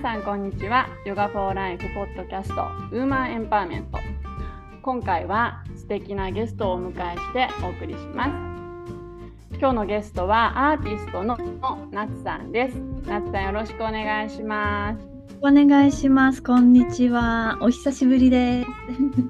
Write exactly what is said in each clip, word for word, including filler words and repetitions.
さんこんにちは。ヨガフォーライフポッドキャストウーマンエンパワーメント。今回は素敵なゲストをお迎えしてお送りします。今日のゲストはアーティストのなつさんです。なつさん、よろしくお願いします。 お願いします。こんにちは。お久しぶりです。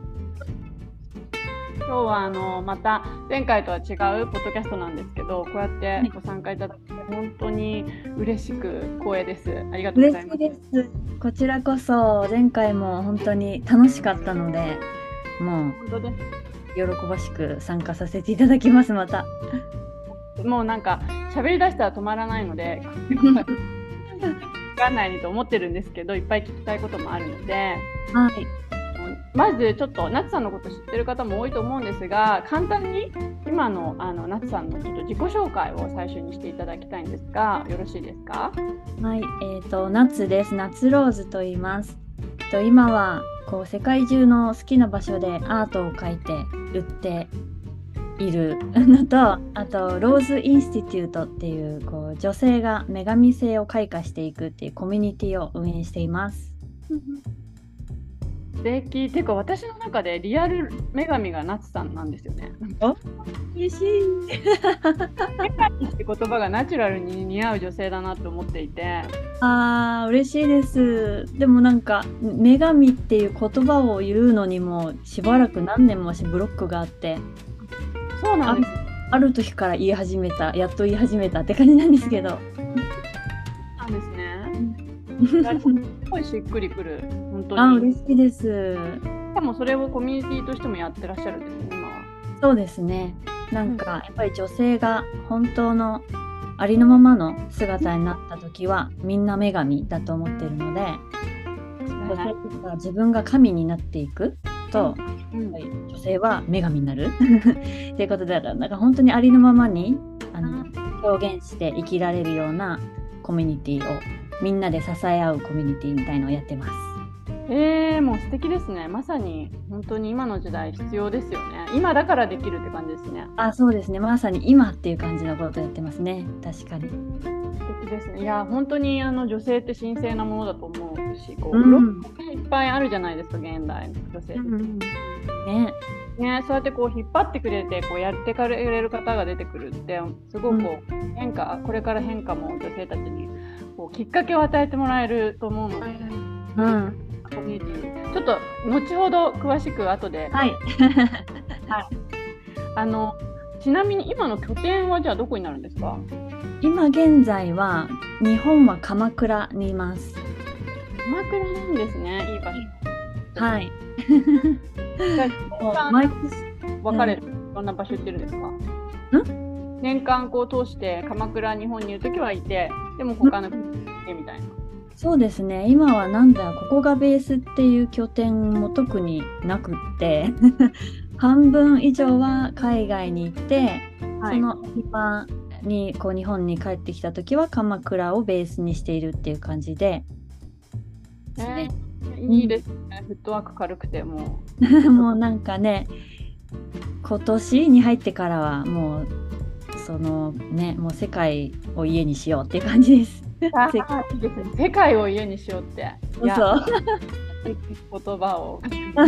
今日はあのまた前回とは違うポッドキャストなんですけど、こうやってご参加いただいて本当に嬉しく光栄です。ありがとうございます。 嬉しいです。こちらこそ前回も本当に楽しかったので、もう喜ばしく参加させていただきます。またもうなんか喋り出したら止まらないので分かんないにと思ってるんですけど、いっぱい聞きたいこともあるので、 はい、 まずちょっとなつさんのこと知ってる方も多いと思うんですが、簡単に今のあのなつさんのちょっと自己紹介を最初にしていただきたいんですが、よろしいですか？ はい、えーと、なつです。なつローズと言います。と今はこう世界中の好きな場所でアートを描いて売っているのと、あとローズインスティテュートっていう、こう女性が女神性を開花していくっていうコミュニティを運営しています。 素敵。てか私の中でリアル女神がなつさんなんですよね。 嬉しい。 女神って言葉がナチュラルに似合う女性だなと思っていて。 あー、嬉しいです。でもなんか女神っていう言葉を言うのにもしばらく何年もブロックがあって、 そうなんです。 ある時から言い始めた、やっと言い始めたって感じなんですけど。 なんですね。すごいしっくりくる。本当に。 あ、嬉しいです。 しかもそれをコミュニティとしてもやってらっしゃるんですね、今は。 そうですね。なんかやっぱり女性が本当のありのままの姿になった時はみんな女神だと思ってるので、女性が自分が神になっていくと、うん、女性は女神になるっていうことで、なんか本当にありのままにあの表現して生きられるようなコミュニティをみんなで支え合うコミュニティみたいのをやってます。 えー、もう素敵ですね。まさに本当に今の時代必要ですよね。今だからできるって感じですね。 あ、そうですね。まさに今っていう感じのことをやってますね。確かに。 素敵ですね。いや本当にあの女性って神聖なものだと思うし、こう、 うん、 いっぱいあるじゃないですか、現代の女性って、うん、 ね。 ね、そうやってこう引っ張ってくれてこうやってくれる方が出てくるってすごくこう、うん、変化これから変化も女性たちにこうきっかけを与えてもらえると思うので、うん、コミュニティちょっと後ほど詳しく後で、 はいはい、あのちなみに今の拠点はじゃあどこになるんですか？ 今現在は日本は鎌倉にいます。 鎌倉なんですね。いい場所。 はい。 毎年分かれる、うん、どんな場所行ってるんですか？ ん年間こう通して鎌倉日本にいるときはいて、でも他の国に行ってみたいな。 そうですね。今はなんだここがベースっていう拠点も特になくって半分以上は海外に行って、はい、その今にこう日本に帰ってきたときは鎌倉をベースにしているっていう感じでですね。えー、いいですね、うん、フットワーク軽くてもうもうなんかね、今年に入ってからはもうそのね、もう世界を家にしようっていう感じです。 あいいですね、世界を家にしようって。 そうそう言葉を、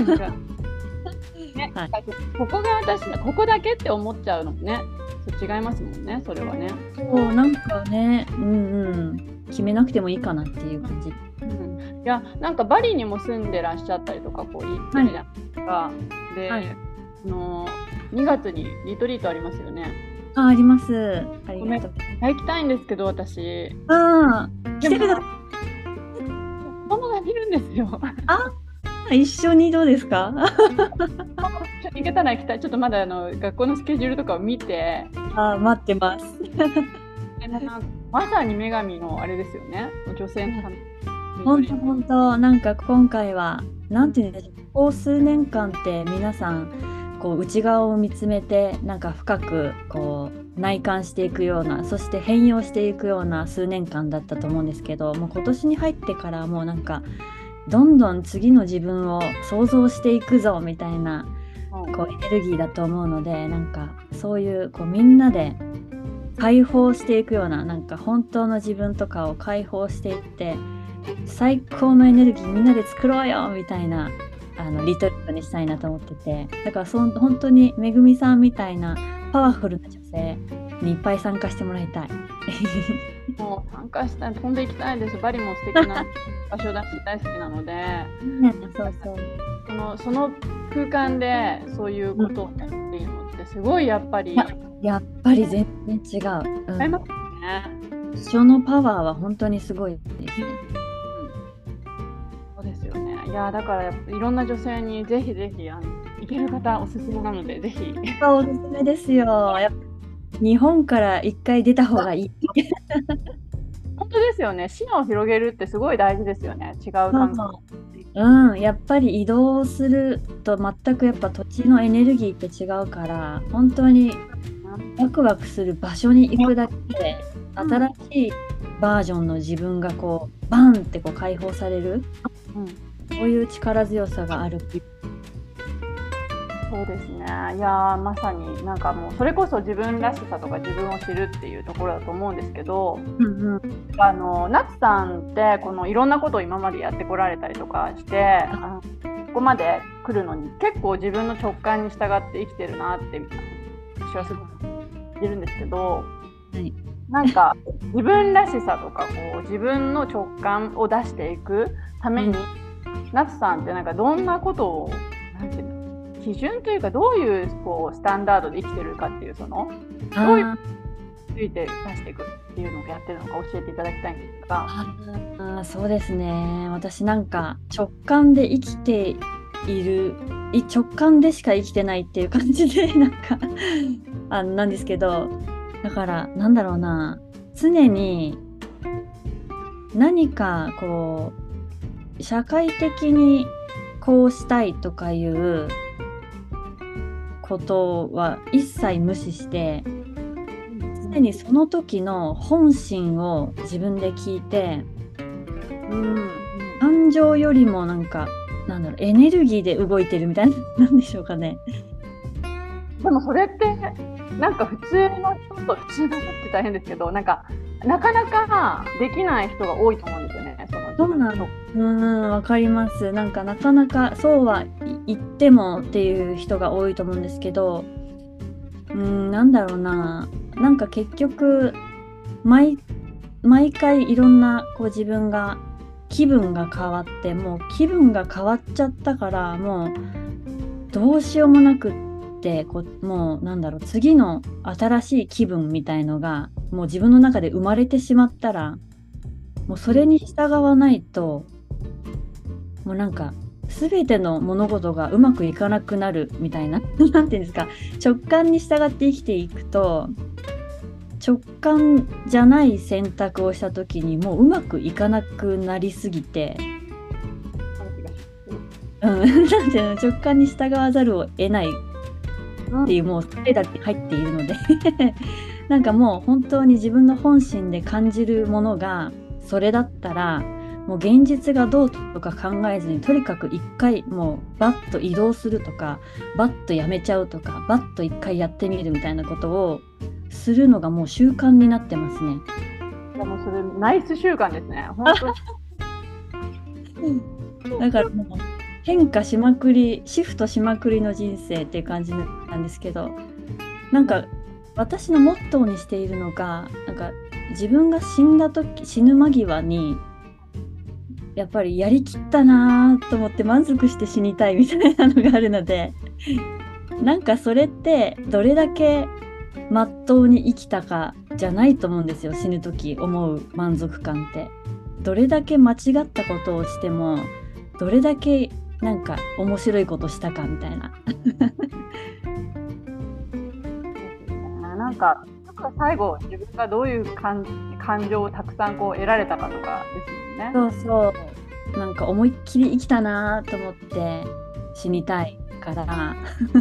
ね、はい、ここが私ここだけって思っちゃうのもね、違いますもんね、それはね。 そうなんかね、うんうん、決めなくてもいいかなっていう感じ。 うん、いやなんかバリにも住んでらっしゃったりとかこう言ってるじゃないですか。はい、で、はい、あのにがつにリトリートありますよね。 あ、あります。ありがとう。 行きたいんですけど私。 ああ、来てください。 子供がいるんですよ。 あ、一緒にどうですか？ 行けたら行きたい。ちょっとまだあの学校のスケジュールとかを見て。 あ、待ってます。 まさに女神のあれですよね。女性のため。 本当本当、なんか今回はなんていうんでしょう。ここ数年間って皆さんこう内側を見つめてなんか深くこう内観していくような、そして変容していくような数年間だったと思うんですけど、もう今年に入ってからもうなんかどんどん次の自分を想像していくぞみたいなこうエネルギーだと思うので、なんかそういうこうみんなで解放していくような、なんか本当の自分とかを解放していって最高のエネルギーみんなで作ろうよみたいなあのリトリートにしたいなと思ってて、だからそん本当にめぐみさんみたいなパワフルな女性にいっぱい参加してもらいたい。 もう参加したい、飛んでいきたいです。バリも素敵な場所だし大好きなので、 ね、そうそう。 そのその空間でそういうことをやっているのってすごいやっぱり、 ややっぱり全然違う。うん、 ありますよね。 一緒のパワーは本当にすごいですね。 そうですよね。いやだからやっぱいろんな女性にぜひぜひあの行ける方おすすめなのでぜひ。 おすすめですよ。やっぱ日本から一回出た方がいい。 本当ですよね。視野を広げるってすごい大事ですよね。違う環境。 うん、やっぱり移動すると全くやっぱ土地のエネルギーって違うから、本当にワクワクする場所に行くだけで新しいバージョンの自分がこうバンってこう解放される、うん、そういう力強さがある。 そうですね。いやまさになんかもうそれこそ自分らしさとか自分を知るっていうところだと思うんですけど、うんうん、あのナツさんってこのいろんなことを今までやってこられたりとかしてあのここまで来るのに結構自分の直感に従って生きてるなって私はすごく言えるんですけど、はい、なんか自分らしさとかこう自分の直感を出していくために、うん、ナツさんってなんかどんなことをなんていうの基準というかどういう、こうスタンダードで生きてるかっていうそのどういうついて出していくっていうのをやってるのか教えていただきたいんですが。 ああ、そうですね。私なんか直感で生きている直感でしか生きてないっていう感じでなんかあのなんですけど、だからなんだろうな、常に何かこう社会的にこうしたいとかいうことは一切無視して常にその時の本心を自分で聞いて、うん、感情よりもなんかなんだろうエネルギーで動いてるみたいななんでしょうかね。 でもそれってなんか普通の人と普通の人って大変ですけどなんかなかなかできない人が多いと思うんですよね。そのそうなの。 うん、わかります。なんかなかなかそうは言ってもっていう人が多いと思うんですけど、うん、なんだろうな、なんか結局毎毎回いろんなこう自分が気分が変わってもう気分が変わっちゃったからもうどうしようもなくってこうもうなんだろう次の新しい気分みたいのがもう自分の中で生まれてしまったらもうそれに従わないともうなんか全ての物事がうまくいかなくなるみたいななんていうんですか、直感に従って生きていくと直感じゃない選択をした時にもううまくいかなくなりすぎて、うん、なんていうの直感に従わざるを得ないっていうもうそれだって入っているのでなんかもう本当に自分の本心で感じるものがそれだったらもう現実がどうとか考えずにとにかく一回もうバッと移動するとかバッとやめちゃうとかバッと一回やってみるみたいなことをするのがもう習慣になってますね。 いやもうそれナイス習慣ですね。本当だからもう変化しまくりシフトしまくりの人生っていう感じなんですけど、なんか私のモットーにしているのがなんか自分が死んだ時死ぬ間際にやっぱりやりきったなと思って満足して死にたいみたいなのがあるのでなんかそれってどれだけまっとうに生きたかじゃないと思うんですよ。死ぬ時思う満足感ってどれだけ間違ったことをしてもどれだけなんか面白いことしたかみたいななんか最後自分がどういう感感情をたくさんこう得られたかとかですよね。 そうそうなんか思いっきり生きたなと思って死にたいから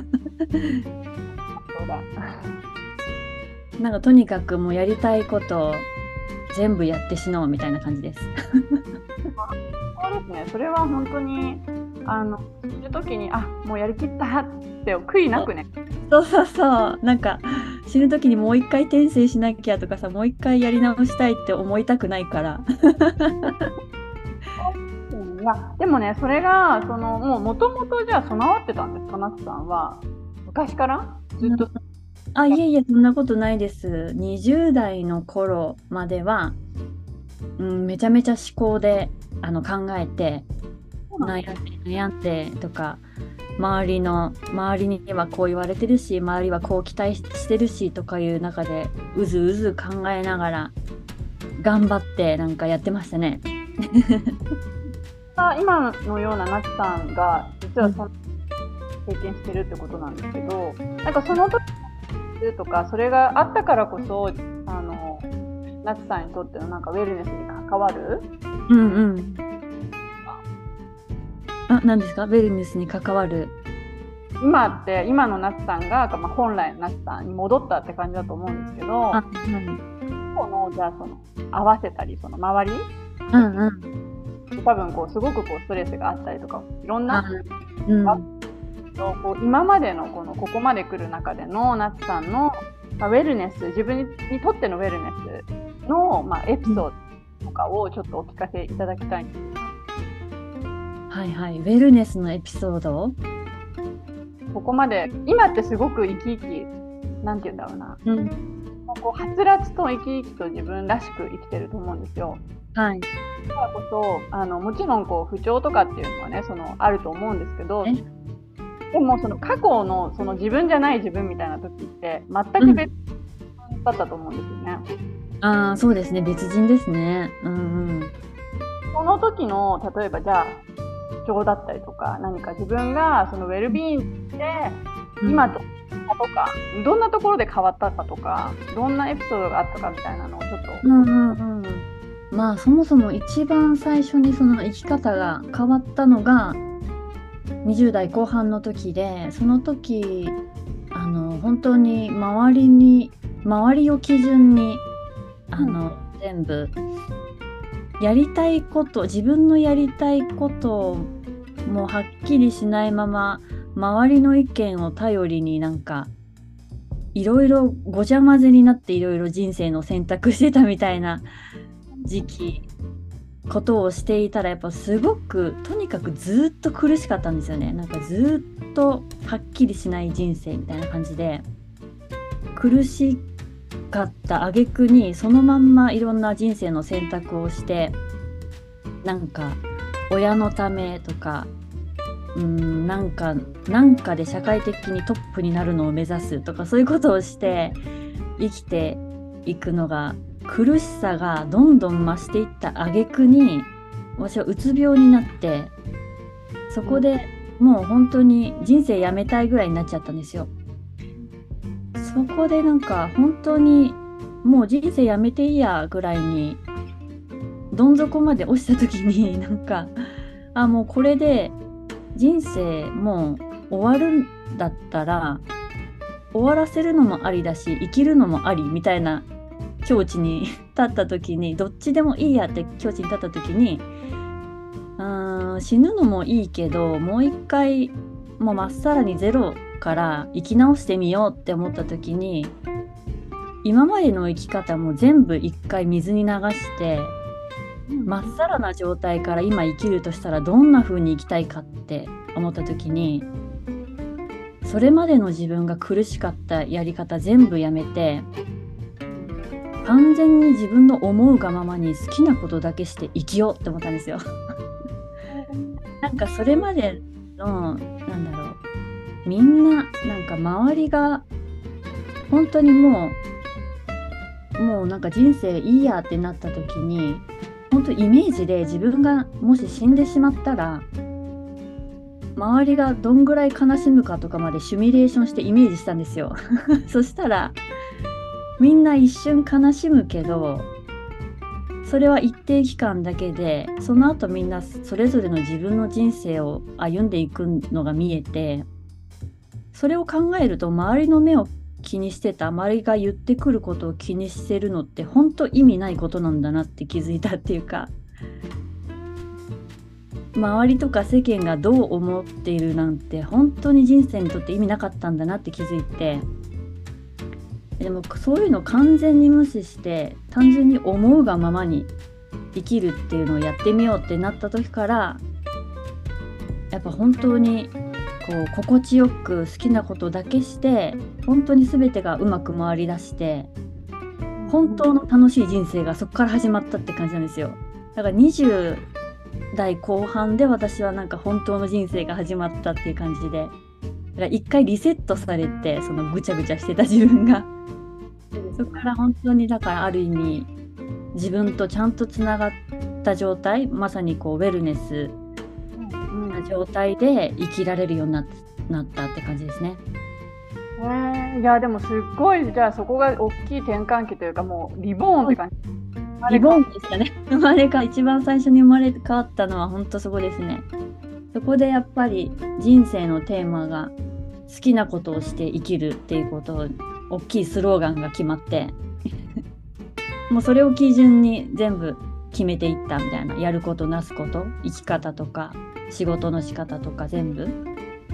そうだなんかとにかくもうやりたいことを全部やってしまおうみたいな感じですそうですね。それは本当にあの死ぬ時にあもうやりきったって悔いなくね。 そうそうそうなんか死ぬ時にもう一回転生しなきゃとかさもう一回やり直したいって思いたくないからいやでもね、それがそのもう元々じゃあ備わってたんですか、夏さんは昔からずっと。 あ、いえいえ、そんなことないです。にじゅう代の頃までは、うん、めちゃめちゃ思考であの考えて、悩んで悩んでとか、周りの周りにはこう言われてるし、周りはこう期待してるしとかいう中でうずうず考えながら頑張ってなんかやってましたね。 今のような夏さんが実はその経験してるってことなんですけど、なんかその時とかそれがあったからこそ、あの夏さんにとってのなんかウェルネスに関わる。 うんうん。あ、何ですか？ウェルネスに関わる。 今って今の夏さんが、まあ、本来の夏さんに戻ったって感じだと思うんですけど、あ、うん、このじゃあその合わせたりその周り、うんうん、多分こうすごくこうストレスがあったりとかいろんな、うん、こう今までのこのここまで来る中での夏さんの、まあ、ウェルネス、自分にとってのウェルネスの、まあ、エピソードとかをちょっとお聞かせいただきたいんです。 はいはい、ウェルネスのエピソード。 ここまで今ってすごく生き生きなんて言うんだろうな、うん、こうはつらつと生き生きと自分らしく生きてると思うんですよ。 はい。 だからこそあのもちろんこう不調とかっていうのはねそのあると思うんですけど、でもその過去のその自分じゃない自分みたいな時って全く別だったと思うんですよね。 うん、ああ、そうですね、別人ですね。うんうん。 その時の例えばじゃあ不調だったりとか何か自分がそのウェルビーイングで今とかどんなところで変わったかとかどんなエピソードがあったかみたいなのをちょっと、うんうんうん、 まあそもそも一番最初にその生き方が変わったのがにじゅう代後半の時で、その時あの本当に周りに周りを基準にあの、うん、全部やりたいこと、自分のやりたいこともはっきりしないまま周りの意見を頼りになんかいろいろごちゃ混ぜになっていろいろ人生の選択してたみたいな時期ことをしていたら、やっぱすごくとにかくずっと苦しかったんですよね。なんかずっとはっきりしない人生みたいな感じで苦しかった挙句にそのまんまいろんな人生の選択をして、なんか親のためとかうーんなんかなんかで社会的にトップになるのを目指すとかそういうことをして生きていくのが苦しさがどんどん増していった挙句に私はうつ病になって、そこでもう本当に人生やめたいぐらいになっちゃったんですよ。そこでなんか本当にもう人生やめていいやぐらいにどん底まで落ちた時になんかあもうこれで人生もう終わるんだったら終わらせるのもありだし生きるのもありみたいな境地に立った時に、どっちでもいいやって境地に立った時にうーん死ぬのもいいけどもう一回もうまっさらにゼロから生き直してみようって思った時に、今までの生き方も全部一回水に流してまっさらな状態から今生きるとしたらどんな風に生きたいかって思った時に、それまでの自分が苦しかったやり方全部やめて完全に自分の思うがままに好きなことだけして生きようって思ったんですよ。なんかそれまでのなんだろう、みんななんか周りが本当にもうもうなんか人生いいやってなった時に本当イメージで自分がもし死んでしまったら周りがどんぐらい悲しむかとかまでシミュレーションしてイメージしたんですよ。そしたらみんな一瞬悲しむけどそれは一定期間だけで、その後みんなそれぞれの自分の人生を歩んでいくのが見えて、それを考えると周りの目を気にしてた、周りが言ってくることを気にしてるのって本当意味ないことなんだなって気づいたっていうか、周りとか世間がどう思っているなんて本当に人生にとって意味なかったんだなって気づいて、でもそういうの完全に無視して単純に思うがままに生きるっていうのをやってみようってなった時からやっぱ本当にこう心地よく好きなことだけして本当に全てがうまく回りだして本当の楽しい人生がそこから始まったって感じなんですよ。だからにじゅう代後半で私はなんか本当の人生が始まったっていう感じで、だから一回リセットされてそのぐちゃぐちゃしてた自分がそこから本当にだからある意味自分とちゃんとつながった状態、まさにこうウェルネスな状態で生きられるようになっなったって感じですね。 えー、いやでもすっごい、じゃあそこが大きい転換期というかもうリボーンって感じ。 リボーンでしたね。生まれか一番最初に生まれ変わったのは本当そこですね。そこでやっぱり人生のテーマが好きなことをして生きるっていうことを大きいスローガンが決まってもうそれを基準に全部決めていったみたいな、やることなすこと生き方とか仕事の仕方とか全部。 うん、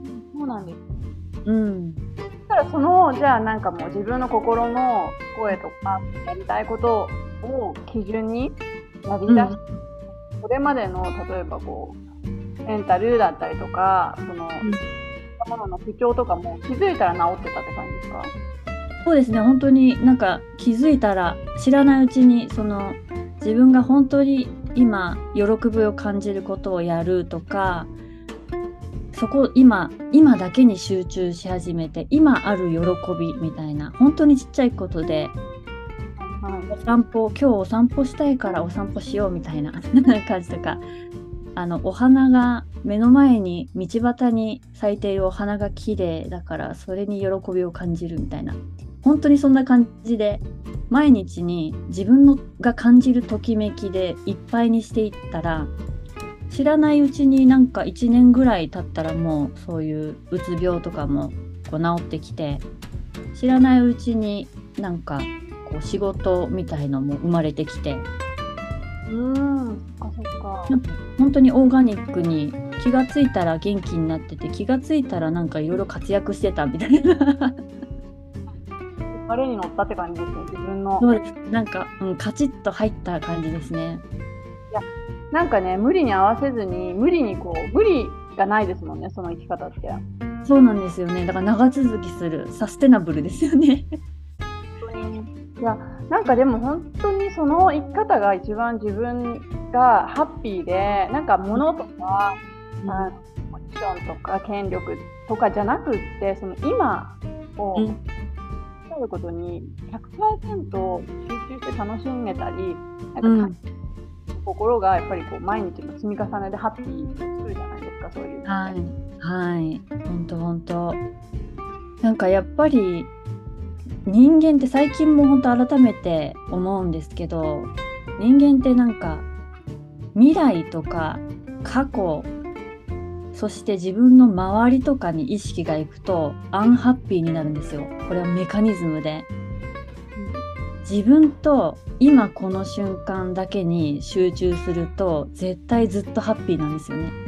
そうなんです。 うん。 だからそのじゃあなんかもう自分の心の声とかやりたいことを基準にやりだし、うん、それまでの例えばこうメンタルだったりとかその、うん、ものの不調とかも気づいたら治ってたって感じですか？ そうですね、本当になんか気づいたら知らないうちにその自分が本当に今喜びを感じることをやるとか、そこ今今だけに集中し始めて今ある喜びみたいな本当にちっちゃいことで、はい、お散歩今日お散歩したいからお散歩しようみたいな感じとか、あのお花が目の前に道端に咲いているお花が綺麗だからそれに喜びを感じるみたいな、本当にそんな感じで毎日に自分のが感じるときめきでいっぱいにしていったら、知らないうちになんかいちねんぐらい経ったらもうそういううつ病とかもこう治ってきて、知らないうちになんかこう仕事みたいのも生まれてきて、 うーん、そっかそっか。 なんか本当にオーガニックに気がついたら元気になってて、気がついたらなんかいろいろ活躍してたみたいなあれに乗ったって感じですね、自分の。 そうです。なんか、うん、カチッと入った感じですね。 いや、なんかね、無理に合わせずに、無理にこう、無理がないですもんね、その生き方って。 そうなんですよね。だから長続きする、サステナブルですよね。 いや、なんかでも本当にその生き方が一番自分がハッピーで、なんか物とか、うん、あポジションとか権力とかじゃなくって、その今を、うんることに ひゃくパーセント 集中して楽しめたり、なんか、うん、心がやっぱりこう毎日の積み重ねでハッピーを作るじゃないですか、そういう。 はいはい本当本当なんかやっぱり人間って最近も本当改めて思うんですけど、人間ってなんか未来とか過去そして自分の周りとかに意識がいくとアンハッピーになるんですよ。これはメカニズムで、自分と今この瞬間だけに集中すると絶対ずっとハッピーなんですよね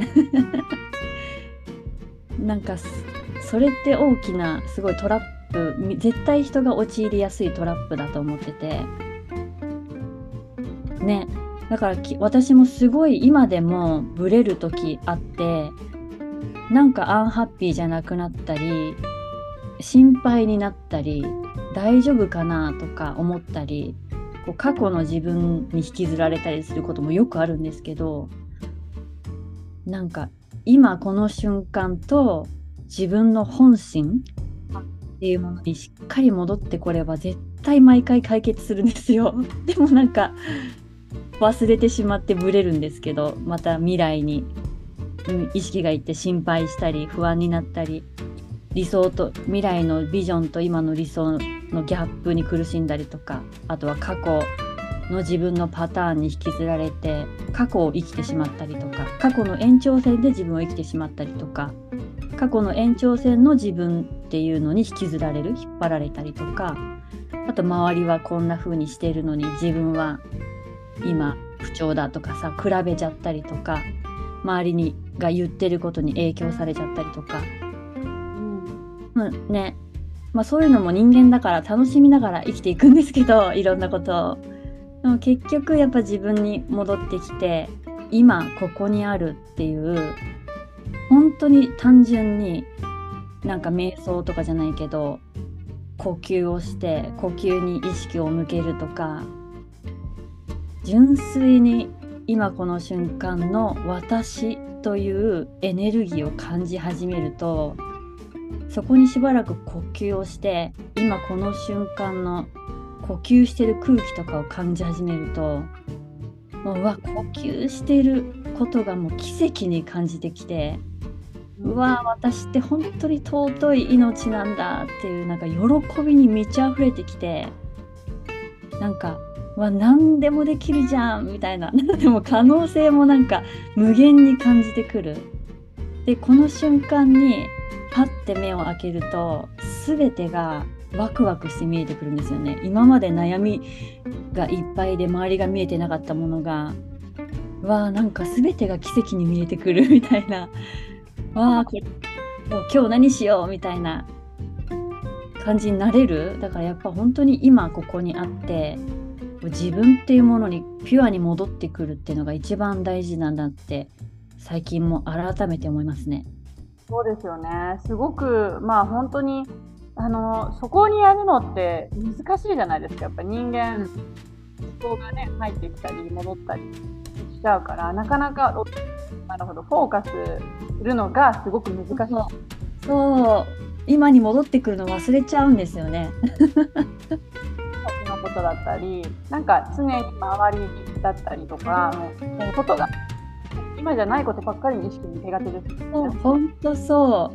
なんかそれって大きなすごいトラップ、絶対人が陥りやすいトラップだと思っててね。だから私もすごい今でもブレる時あって、なんかアンハッピーじゃなくなったり心配になったり大丈夫かなとか思ったり、こう過去の自分に引きずられたりすることもよくあるんですけど、なんか今この瞬間と自分の本心っていうものにしっかり戻ってこれば絶対毎回解決するんですよでもなんか忘れてしまってブレるんですけど、また未来に意識がいって心配したり不安になったり、理想と未来のビジョンと今の理想のギャップに苦しんだりとか、あとは過去の自分のパターンに引きずられて過去を生きてしまったりとか、過去の延長線で自分を生きてしまったりとか、過去の延長線の自分っていうのに引きずられる、引っ張られたりとか、あと周りはこんな風にしているのに自分は今不調だとかさ、比べちゃったりとか、周りにが言ってることに影響されちゃったりとか、うんうんね、まあそういうのも人間だから楽しみながら生きていくんですけど、いろんなことを。でも結局やっぱ自分に戻ってきて、今ここにあるっていう本当に単純になんか瞑想とかじゃないけど呼吸をして呼吸に意識を向けるとか、純粋に今この瞬間の私というエネルギーを感じ始めると、そこにしばらく呼吸をして今この瞬間の呼吸してる空気とかを感じ始めると、もううわ呼吸していることがもう奇跡に感じてきて、うわ私って本当に尊い命なんだっていうなんか喜びに満ち溢れてきて、なんかうわ何でもできるじゃんみたいなでも可能性もなんか無限に感じてくる。でこの瞬間にパッて目を開けると全てがワクワクして見えてくるんですよね。今まで悩みがいっぱいで周りが見えてなかったものが、わあなんか全てが奇跡に見えてくるみたいな、わあこれもう今日何しようみたいな感じになれる。だからやっぱ本当に今ここにあって自分っていうものにピュアに戻ってくるっていうのが一番大事なんだって最近も改めて思いますね。 そうですよね。すごくまあ本当にあのそこにやるのって難しいじゃないですか。やっぱ人間思考がね入ってきたり戻ったりしちゃうから、なかなかなるほどフォーカスするのがすごく難しい。 そう、そう今に戻ってくるの忘れちゃうんですよね。 先のことだったり、なんか常に周りだったりとかのことが今じゃないことばっかりに意識に手がちです、ね。 そう本当そう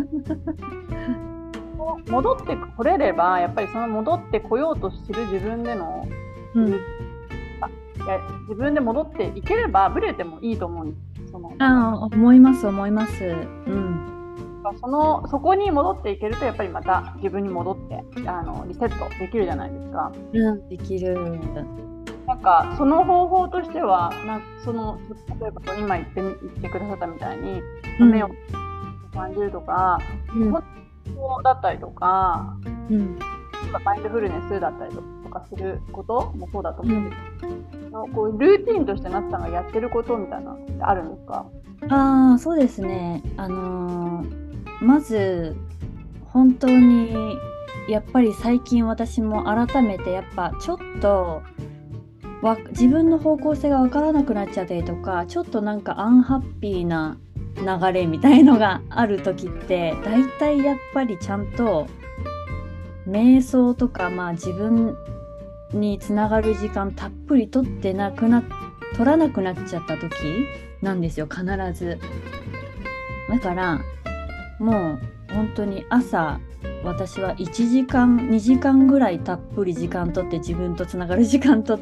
戻ってこれればやっぱりその戻ってこようとする自分での、うん、いや自分で戻っていければブレてもいいと思うんです。そのあ思います思います、うん、 そのそこに戻っていけるとやっぱりまた自分に戻ってあのリセットできるじゃないですか。 うん、できる。 なんかその方法としてはなんかその例えば今言って言ってくださったみたいに目を感じるとか、うん、本当だったりとか、うん、マインドフルネスだったりとかすることもそうだと思うんですけど、うん、こうルーティンとしてなつさんがやってることみたいなのってあるんですか？ あそうですね、あのー、まず本当にやっぱり最近私も改めてやっぱちょっとわ自分の方向性が分からなくなっちゃったりとか、ちょっとなんかアンハッピーな流れみたいのがある時ってだいたいやっぱりちゃんと瞑想とか、まあ、自分につながる時間たっぷり取ってなくな取らなくなっちゃった時なんですよ、必ず。だからもう本当に朝私はいちじかんにじかんぐらいたっぷり時間取って自分とつながる時間取って、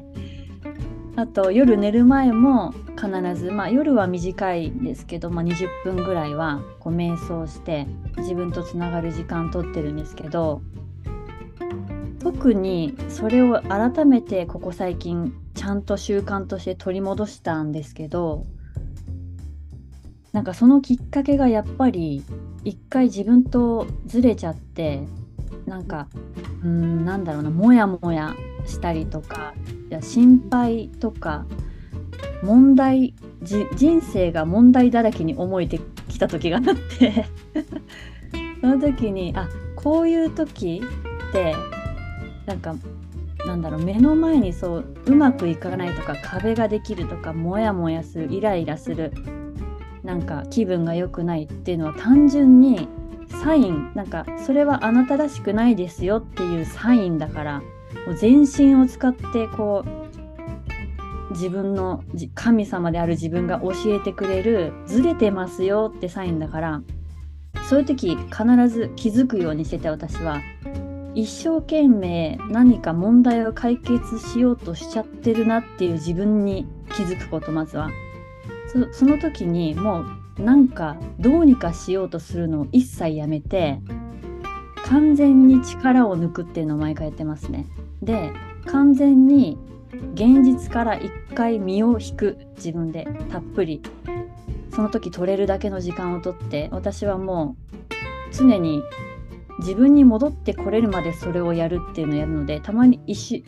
あと夜寝る前も必ず、まあ、夜は短いんですけど、まあ、にじゅっぷんぐらいはこう瞑想して自分とつながる時間取ってるんですけど、特にそれを改めてここ最近ちゃんと習慣として取り戻したんですけど、なんかそのきっかけがやっぱり一回自分とずれちゃって、なんかうーんなんだろうな、もやもやしたりとか、いや心配とか問題じ人生が問題だらけに思えてきた時があってその時にあこういう時ってなんかなんだろう、目の前にそううまくいかないとか壁ができるとかモヤモヤするイライラするなんか気分が良くないっていうのは単純にサイン、なんかそれはあなたらしくないですよっていうサインだから、もう全身を使ってこう自分の神様である自分が教えてくれるずれてますよってサインだから、そういう時必ず気づくようにしてて、私は一生懸命何か問題を解決しようとしちゃってるなっていう自分に気づくこと、まずは そ, その時にもうなんかどうにかしようとするのを一切やめて完全に力を抜くっていうのを毎回やってますね。で完全に現実から一回身を引く、自分でたっぷりその時取れるだけの時間をとって、私はもう常に自分に戻ってこれるまでそれをやるっていうのをやるので、たまに 1,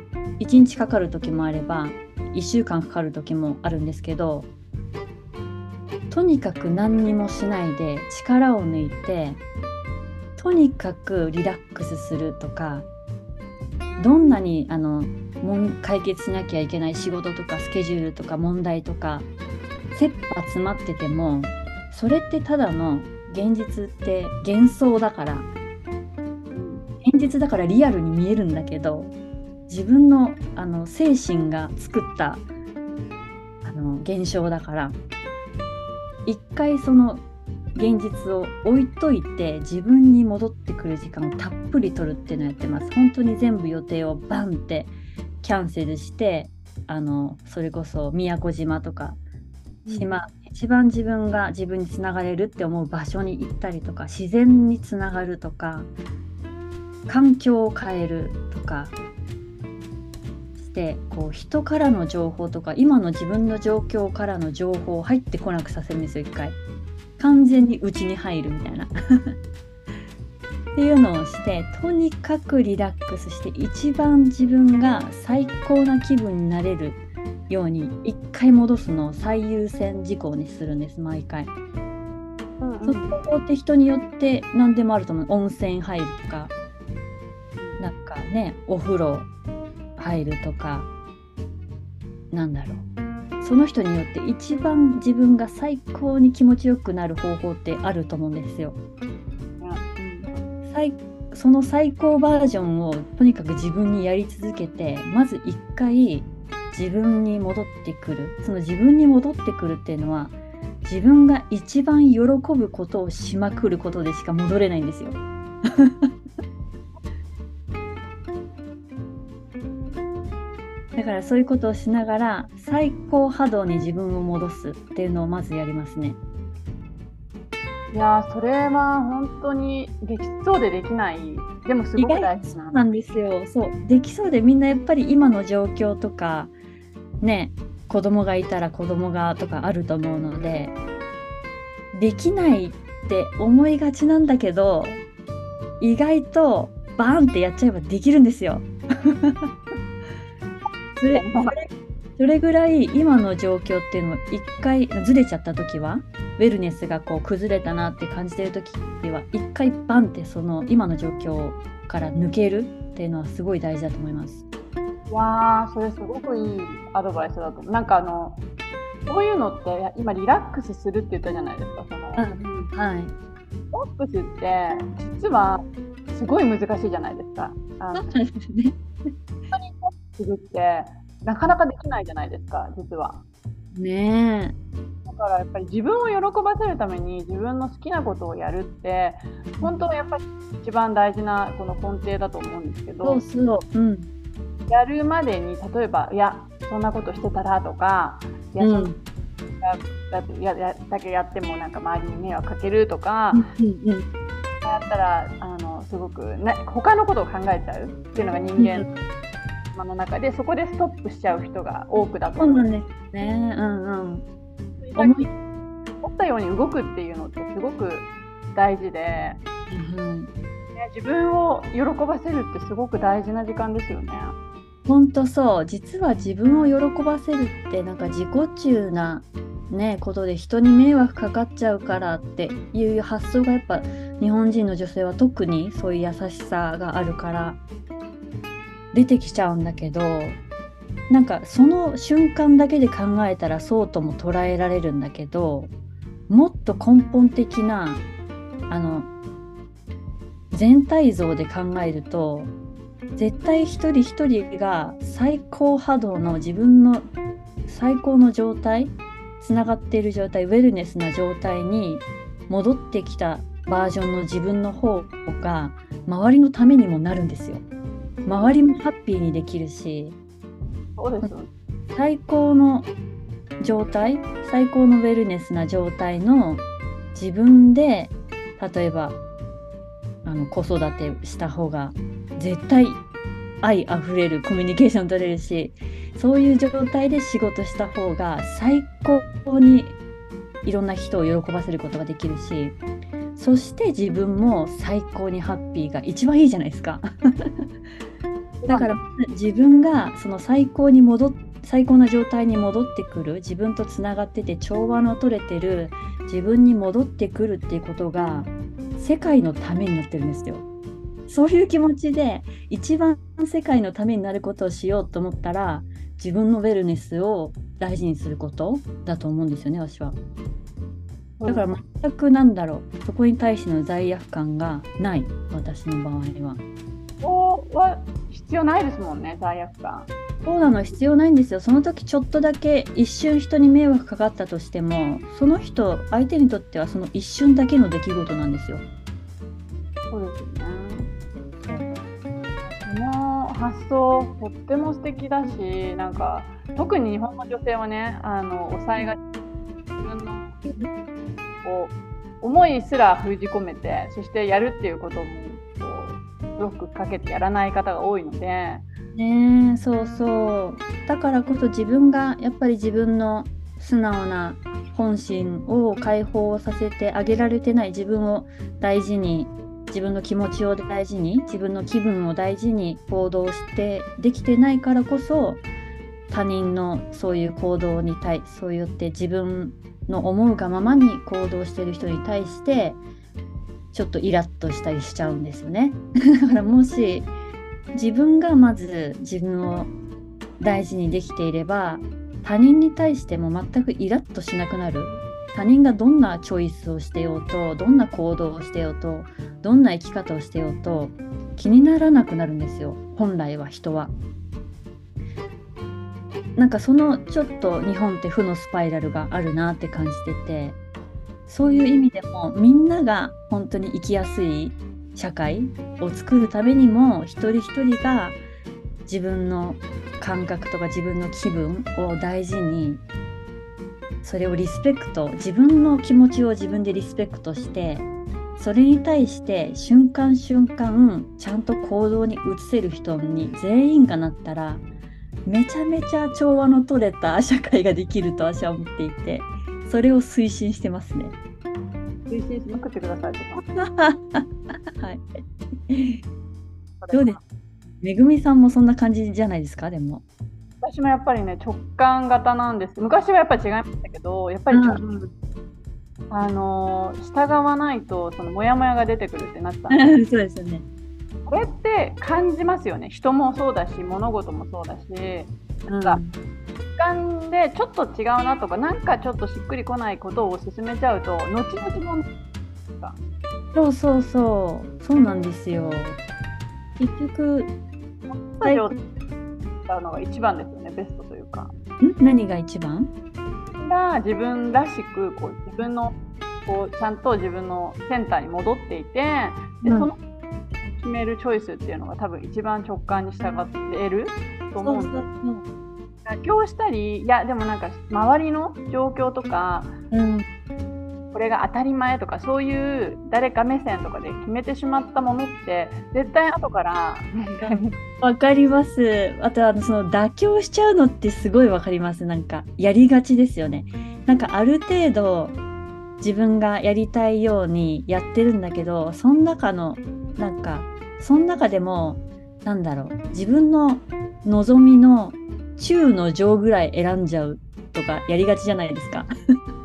1日かかる時もあればいっしゅうかんかかる時もあるんですけど、 とにかく何にもしないで力を抜いてとにかくリラックスするとか、どんなにあのもん解決しなきゃいけない仕事とかスケジュールとか問題とか切羽詰まってても、それってただの現実って幻想だから、現実だからリアルに見えるんだけど、自分のあの精神が作ったあの現象だから、一回その現実を置いといて自分に戻ってくる時間をたっぷり取るっていうのをやってます。本当に全部予定をバンってキャンセルして、あのそれこそ宮古島とか島、うん、一番自分が自分につながれるって思う場所に行ったりとか、自然につながるとか、環境を変えるとかして、こう人からの情報とか今の自分の状況からの情報を入ってこなくさせるんですよ。一回完全に内に入るみたいなっていうのをして、とにかくリラックスして一番自分が最高な気分になれるように一回戻すのを最優先事項にするんです、毎回。うんうん、そこって人によって何でもあると思う。温泉入るとか、なんかね、お風呂入るとか、なんだろう、その人によって一番自分が最高に気持ちよくなる方法ってあると思うんですよ。うん、最その最高バージョンをとにかく自分にやり続けて、まず一回自分に戻ってくる。その自分に戻ってくるっていうのは、自分が一番喜ぶことをしまくることでしか戻れないんですよ。だからそういうことをしながら最高波動に自分を戻すっていうのをまずやりますね。 いやー、それは本当にできそうでできない。でもすごく大事な。 そうなんですよ。そうできそうで、みんなやっぱり今の状況とかね、子供がいたら子供がとかあると思うので、できないって思いがちなんだけど、意外とバーンってやっちゃえばできるんですよ。それ, そ, れそれぐらい今の状況っていうのを一回ずれちゃった時は、ウェルネスがこう崩れたなって感じてる時は一回バンってその今の状況から抜けるっていうのはすごい大事だと思います。 わー、それすごくいいアドバイスだと思う。なんかあのこういうのって今リラックスするって言ったじゃないですか。その、 うんはい、 リラックスって実はすごい難しいじゃないですか。あのそうですね。するってなかなかできないじゃないですか、実は。 ねえ。だからやっぱり自分を喜ばせるために自分の好きなことをやるって本当はやっぱり一番大事なこの根底だと思うんですけど、 そうそう、うん、 やるまでに例えばいやそんなことしてたらとか、いや、うん、そんだってややだけやってもなんか周りに迷惑かけるとか、うんうんうん、やったらあのすごく、ね、他のことを考えちゃうっていうのが人間、うんの中で、そこでストップしちゃう人が多くだと思う。 そうなんですね。うんうん。 思い思ったように動くっていうのってすごく大事で、うんね、自分を喜ばせるってすごく大事な時間ですよね。 本当そう。実は自分を喜ばせるってなんか自己中なねことで人に迷惑かかっちゃうからっていう発想がやっぱ日本人の女性は特にそういう優しさがあるから出てきちゃうんだけど、なんかその瞬間だけで考えたらそうとも捉えられるんだけど、もっと根本的なあの全体像で考えると、絶対一人一人が最高波動の自分の最高の状態、つながっている状態、ウェルネスな状態に戻ってきたバージョンの自分の方が周りのためにもなるんですよ。周りもハッピーにできるし、 そうですよ。 最高の状態、最高のウェルネスな状態の自分で、例えばあの子育てした方が絶対愛あふれるコミュニケーション取れるし、そういう状態で仕事した方が最高にいろんな人を喜ばせることができるし、そして自分も最高にハッピーが一番いいじゃないですか。だから自分がその最高に戻っ最高な状態に戻ってくる、自分とつながってて調和の取れてる自分に戻ってくるっていうことが世界のためになってるんですよ。そういう気持ちで一番世界のためになることをしようと思ったら、自分のウェルネスを大事にすることだと思うんですよね、私は。だから全くなんだろう、そこに対しての罪悪感がない、私の場合は。 そこは必要ないですもんね、罪悪感。 そうなの、必要ないんですよ。その時ちょっとだけ一瞬人に迷惑かかったとしても、その人、相手にとってはその一瞬だけの出来事なんですよ。 そうですよね。この発想とっても素敵だし、なんか特に日本の女性はね、あの抑えが自分のこう思いすら封じ込めて、そしてやるっていうこともこうブロックかけてやらない方が多いので。 ねえ、そうそう。だからこそ自分がやっぱり自分の素直な本心を解放させてあげられてない、自分を大事に、自分の気持ちを大事に、自分の気分を大事に行動してできてないからこそ、他人のそういう行動に対し、そう言って自分の思うがままに行動している人に対してちょっとイラッとしたりしちゃうんですよね。だからもし自分がまず自分を大事にできていれば、他人に対しても全くイラッとしなくなる。他人がどんなチョイスをしてようと、どんな行動をしてようと、どんな生き方をしてようと気にならなくなるんですよ、本来は人は。なんかそのちょっと日本って負のスパイラルがあるなって感じてて、そういう意味でもみんなが本当に生きやすい社会を作るためにも、一人一人が自分の感覚とか自分の気分を大事に、それをリスペクト、自分の気持ちを自分でリスペクトして、それに対して瞬間瞬間ちゃんと行動に移せる人に全員がなったら、めちゃめちゃ調和の取れた社会ができると私は思っていて、それを推進してますね。 推進しまくってくださいとか。 はい。どうです？めぐみさんもそんな感じじゃないですか？でも私もやっぱりね、直感型なんです。昔はやっぱり違いましたけど、やっぱり、うん、あの従わないとそのモヤモヤが出てくるってなったんです。 そうですよね。 これって感じますよね。人もそうだし、物事もそうだし、なんか、直感でちょっと違うなとか、なんかちょっとしっくりこないことを進めちゃうと、後々もそうそうそう、そうなんですよ。結局、 最初使うのが一番ですよね、ベストというか。ん何が一番？ が自分らしくこう自分のこうちゃんと自分のセンターに戻っていて、で、うん、その決めるチョイスっていうのが多分一番直感に従っていると思うんです。妥協したり、いやでもなんか周りの状況とか、うん、これが当たり前とか、そういう誰か目線とかで決めてしまったものって絶対後からわかります。あとあのその妥協しちゃうのってすごいわかります。なんかやりがちですよね。なんかある程度自分がやりたいようにやってるんだけど、その中のなんかその中でもなんだろう、自分の望みの中の上ぐらい選んじゃうとかやりがちじゃないですか。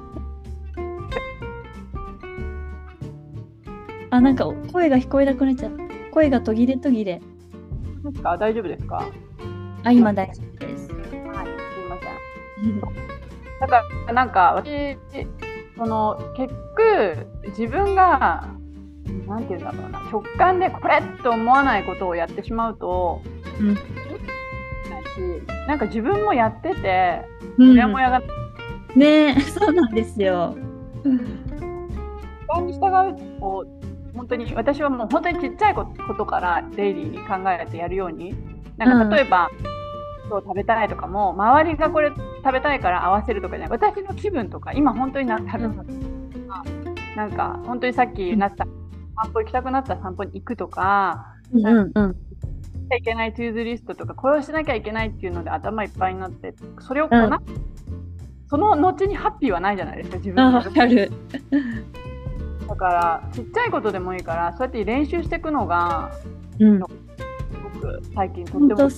あ、なんか声が聞こえなくなっちゃう。声が途切れ途切れ。 ですか？大丈夫ですか？ あ、今大丈夫です。 はい、すいません。だからなんか私その結局自分がなんていうんだろうな、直感でこれって思わないことをやってしまうと、うん、なんか自分もやってて、もやもやが、 うん、ねえ、そうなんですよ。 直感に従うと本当に私はもう本当にちっちゃいことからデイリーに考えてやるように、なんか例えば、うん、今日食べたいとかも周りがこれ食べたいから合わせるとかじゃない、私の気分とか今本当にな食べたいとか、なんか本当にさっきなった、うん、散歩行きたくなったら散歩に行くとか、うんうんうん、いけないトゥーズリストとか、これをしなきゃいけないっていうので頭いっぱいになって、それをこな、うん、その後にハッピーはないじゃないですか、自分の。わかる。 だからちっちゃいことでもいいからそうやって練習していくのが、うん、すごく最近とっても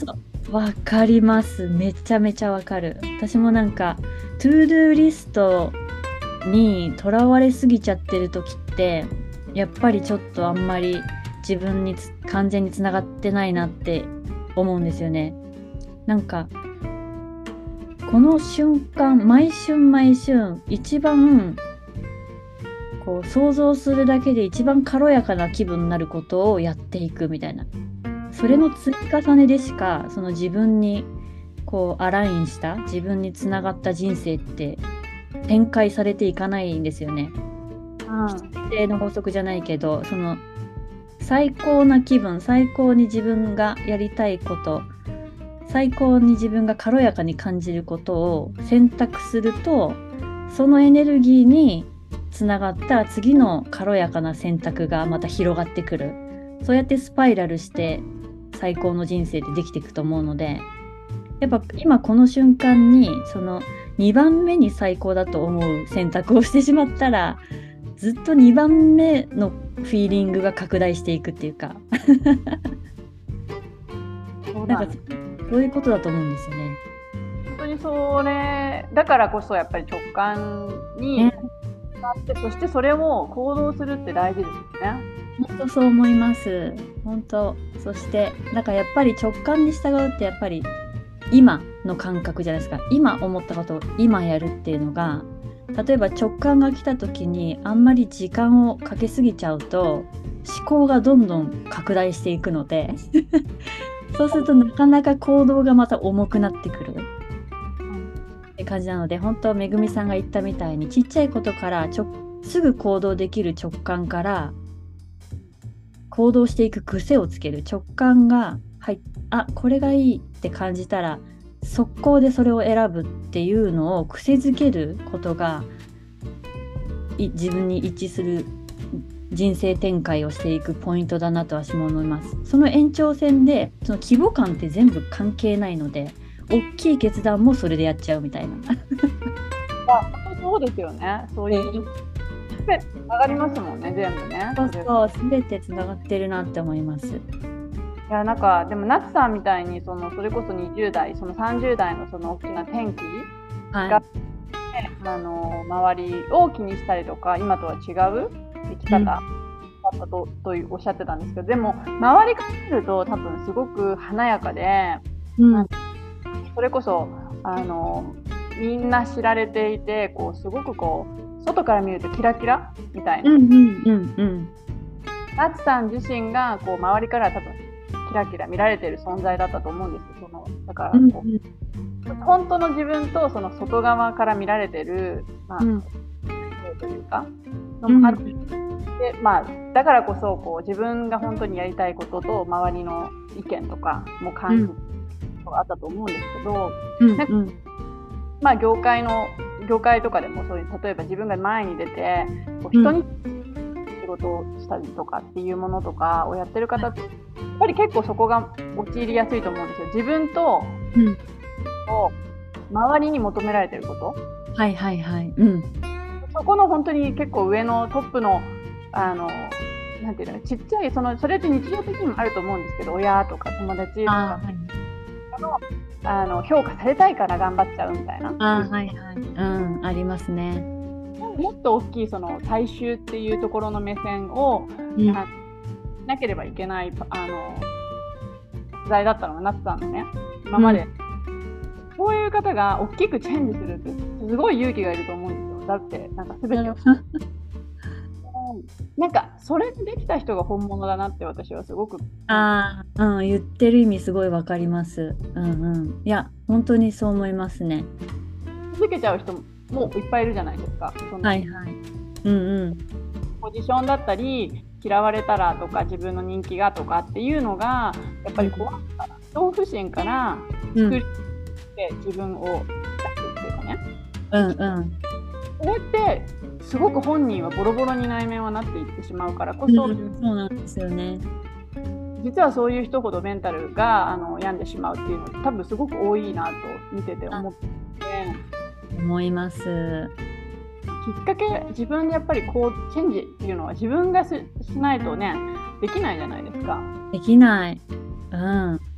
わかります。めちゃめちゃわかる。私もなんか、トゥードゥーリストにとらわれすぎちゃってる時って、やっぱりちょっとあんまり自分につ完全につながってないなって思うんですよね。なんか、この瞬間、毎春毎春、一番こう想像するだけで一番軽やかな気分になることをやっていくみたいな。それの積み重ねでしか、その自分にこうアラインした自分につながった人生って展開されていかないんですよね。否定の法則じゃないけど、その最高な気分、最高に自分がやりたいこと、最高に自分が軽やかに感じることを選択すると、そのエネルギーにつながった次の軽やかな選択がまた広がってくる。そうやってスパイラルして最高の人生ってできていくと思うので、やっぱ今この瞬間にそのにばんめに最高だと思う選択をしてしまったら、ずっとにばんめのフィーリングが拡大していくっていうかそうなんかそういうことだと思うんですよね。 本当にそれだからこそやっぱり直感になって、ね、そしてそれを行動するって大事ですよね。 本当そう思います。本当。そしてだからやっぱり直感に従うってやっぱり今の感覚じゃないですか。今思ったことを今やるっていうのが、例えば直感が来た時にあんまり時間をかけすぎちゃうと思考がどんどん拡大していくのでそうするとなかなか行動がまた重くなってくるって感じなので、本当めぐみさんが言ったみたいにちっちゃいことからちょすぐ行動できる直感から行動していく癖をつける。直感がはい、あ、これがいいって感じたら速攻でそれを選ぶっていうのを癖づけることが自分に一致する人生展開をしていくポイントだなと私も思います。その延長線でその規模感って全部関係ないので、大きい決断もそれでやっちゃうみたいなそうですよね。そういうつながりますもんね、全部ね。 そうそう、全てつながってるなって思います。 いやなんかでもナツさんみたいにそのそれこそにじゅう代そのさんじゅう代のその大きな転機が、はい、あの周りを気にしたりとか今とは違う生き方だったと、うん、とおっしゃってたんですけど、でも周りから見ると多分すごく華やかで、うん、それこそあのみんな知られていてこうすごくこう外から見るとキラキラみたいな、うんうんうんうん、ナツさん自身がこう周りから多分キラキラ見られている存在だったと思うんですよ。そのだからこう、うん、本当の自分とその外側から見られている、まあうん、というかのもあって、うんでまあ、だからこそこう自分が本当にやりたいことと周りの意見とかも感じることがあったと思うんですけど、うんなんかうんまあ、業界の業界とかでもそういう例えば自分が前に出てこう人に仕事をしたりとかっていうものとかをやってる方ってやっぱり結構そこが陥りやすいと思うんですよ。自分と、うん、周りに求められてること、 はいはいはい、うん、 そこの本当に結構上のトップのあのなんていうのちっちゃいそのそれって日常的にもあると思うんですけど、親とか友達とかのあの評価されたいから頑張っちゃうみたいな、 あ、はいはい、うん、ありますね。 もっと大きいその大衆っていうところの目線を、うん、なければいけないあの時代だったのがナツさんのね今まで、うん、そういう方が大きくチェンジするってすごい勇気がいると思うんですよ。だってなんか全てをなんかそれできた人が本物だなって私はすごくあ、うん、言ってる意味すごいわかります、うんうん、いや本当にそう思いますね。 続けちゃう人もいっぱいいるじゃないですか。そのはいはい、うんうん、 ポジションだったり嫌われたらとか自分の人気がとかっていうのがやっぱり怖かったら恐怖心から作りて自分を出すっていうかね、 うんうんそれってすごく本人はボロボロに内面はなっていってしまうからこそ、 うん、そうなんですよね。 実はそういう人ほどメンタルがあの病んでしまうっていうのって多分すごく多いなと見てて思って思います。 きっかけ自分でやっぱりこうチェンジっていうのは自分が し, しないとねできないじゃないですか。 できない、うん、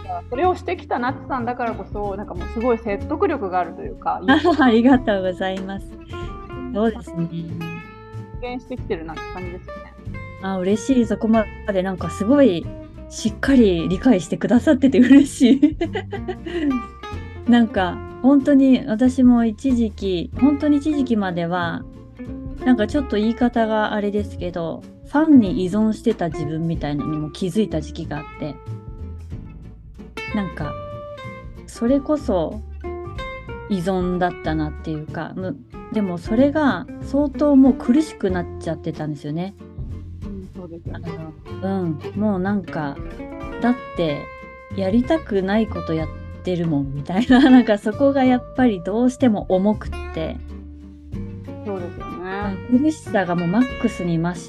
それをしてきたナツさんだからこそ、なんかもうすごい説得力があるというか、 ありがとうございます。そうですね。 実現してきてるなって感じですよね。 あ、嬉しい。そこまでなんかすごいしっかり理解してくださってて嬉しい。なんか本当に私も一時期、本当に一時期までは、なんかちょっと言い方があれですけど、ファンに依存してた自分みたいなのにも気づいた時期があって、なんかそれこそ依存だったなっていうか、むでもそれが相当もう苦しくなっちゃってたんですよね。 うん、そうですよね。 うん、もうなんかだってやりたくないことやってるもんみたいな、なんかそこがやっぱりどうしても重くって、 そうですよね。 苦しさがもうマックスに増して、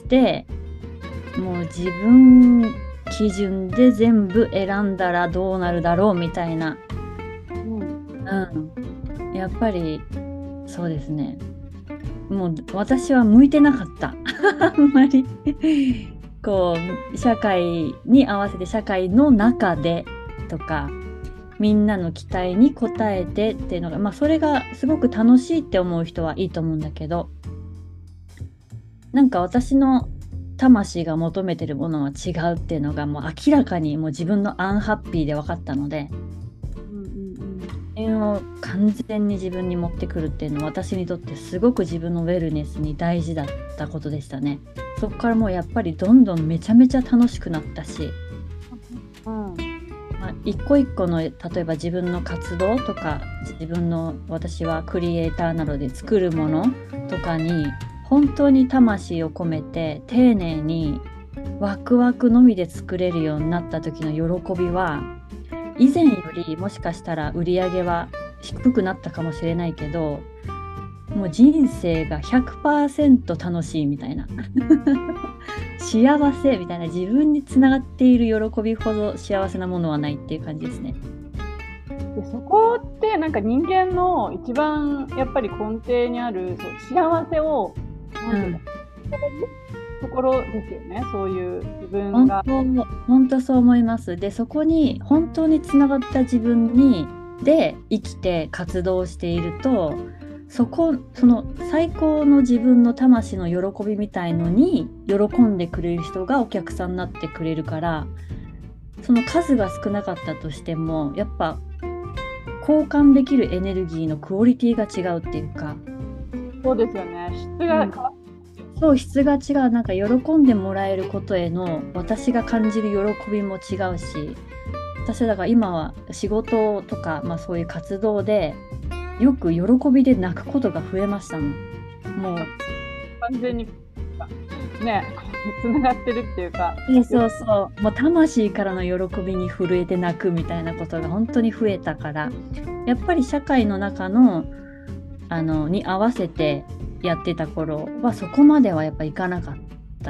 もう自分基準で全部選んだらどうなるだろうみたいな、 うんうん、やっぱりそうですね。もう私は向いてなかったあんまりこう社会に合わせて、社会の中でとかみんなの期待に応えてっていうのが、まあそれがすごく楽しいって思う人はいいと思うんだけど、なんか私の魂が求めてるものは違うっていうのがもう明らかにもう自分のアンハッピーで分かったので、 うんうんうん、 それを完全に自分に持ってくるっていうのは私にとってすごく自分のウェルネスに大事だったことでしたね。そこからもうやっぱりどんどんめちゃめちゃ楽しくなったし、 うん、 まあ、一個一個の例えば自分の活動とか、自分の私はクリエイターなどで作るものとかに本当に魂を込めて丁寧にワクワクのみで作れるようになった時の喜びは、以前よりもしかしたら売り上げは低くなったかもしれないけど、もう人生が ひゃくパーセント 楽しいみたいな幸せみたいな、自分につながっている喜びほど幸せなものはないっていう感じですね。 でそこってなんか人間の一番やっぱり根底にあるそう幸せをなんていうか、うん、ところですよね。そういう自分が本当、本当そう思います。でそこに本当につながった自分にで生きて活動していると、そこその最高の自分の魂の喜びみたいのに喜んでくれる人がお客さんになってくれるから、その数が少なかったとしてもやっぱ交換できるエネルギーのクオリティが違うっていうか。 そうですよね。質が変わって、 うん、そう、質が違う。なんか喜んでもらえることへの私が感じる喜びも違うし、私はだから今は仕事とか、まあ、そういう活動でよく喜びで泣くことが増えましたもん。もう完全にね、つながってるっていうか。 そうそうそう。もう魂からの喜びに震えて泣くみたいなことが本当に増えたから、やっぱり社会の中のあのに合わせてやってた頃はそこまではやっぱいかなかった。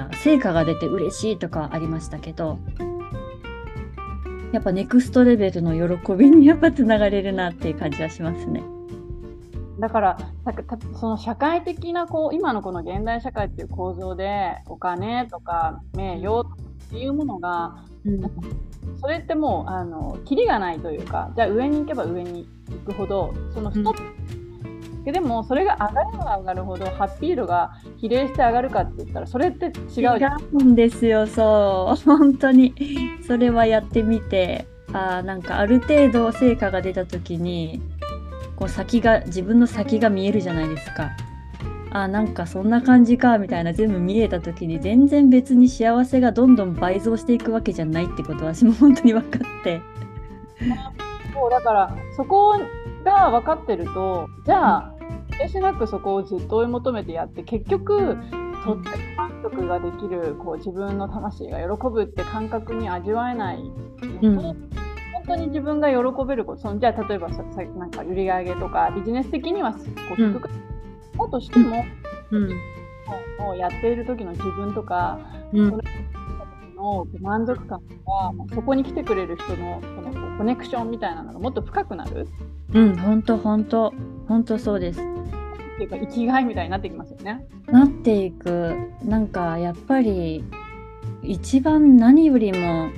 成果が出て嬉しいとかはありましたけど、やっぱネクストレベルの喜びにやっぱつながれるなっていう感じはしますね。 だからその社会的なこう今のこの現代社会っていう構造でお金とか名誉っていうものが、うん、それってもうあのキリがないというか、じゃあ上に行けば上に行くほどそのストップ、うん、でもそれが上がれば上がるほどハッピー度が比例して上がるかって言ったらそれって違うじゃん。 違うんですよ。そう本当にそれはやってみて、あなんかある程度成果が出た時にこう先が自分の先が見えるじゃないですか。あなんかそんな感じかみたいな、全部見えた時に全然別に幸せがどんどん倍増していくわけじゃないってことは私も本当に分かってそうだからそこが分かってると、じゃあ果てしなくそこをずっと追い求めてやって結局とっても満足ができるこう自分の魂が喜ぶって感覚に味わえない、うん、本当に自分が喜べること、そのじゃあ例えばさなんか売り上げとかビジネス的にはこう低くだとしても、うん、もうやっている時の自分とか、うん、そのの満足感とか、そこに来てくれる人のそのコネクションみたいなのがもっと深くなる。 うん、本当本当本当そうです。 っていうか生きがいみたいになってきますよね。 なっていく。なんかやっぱり一番何よりも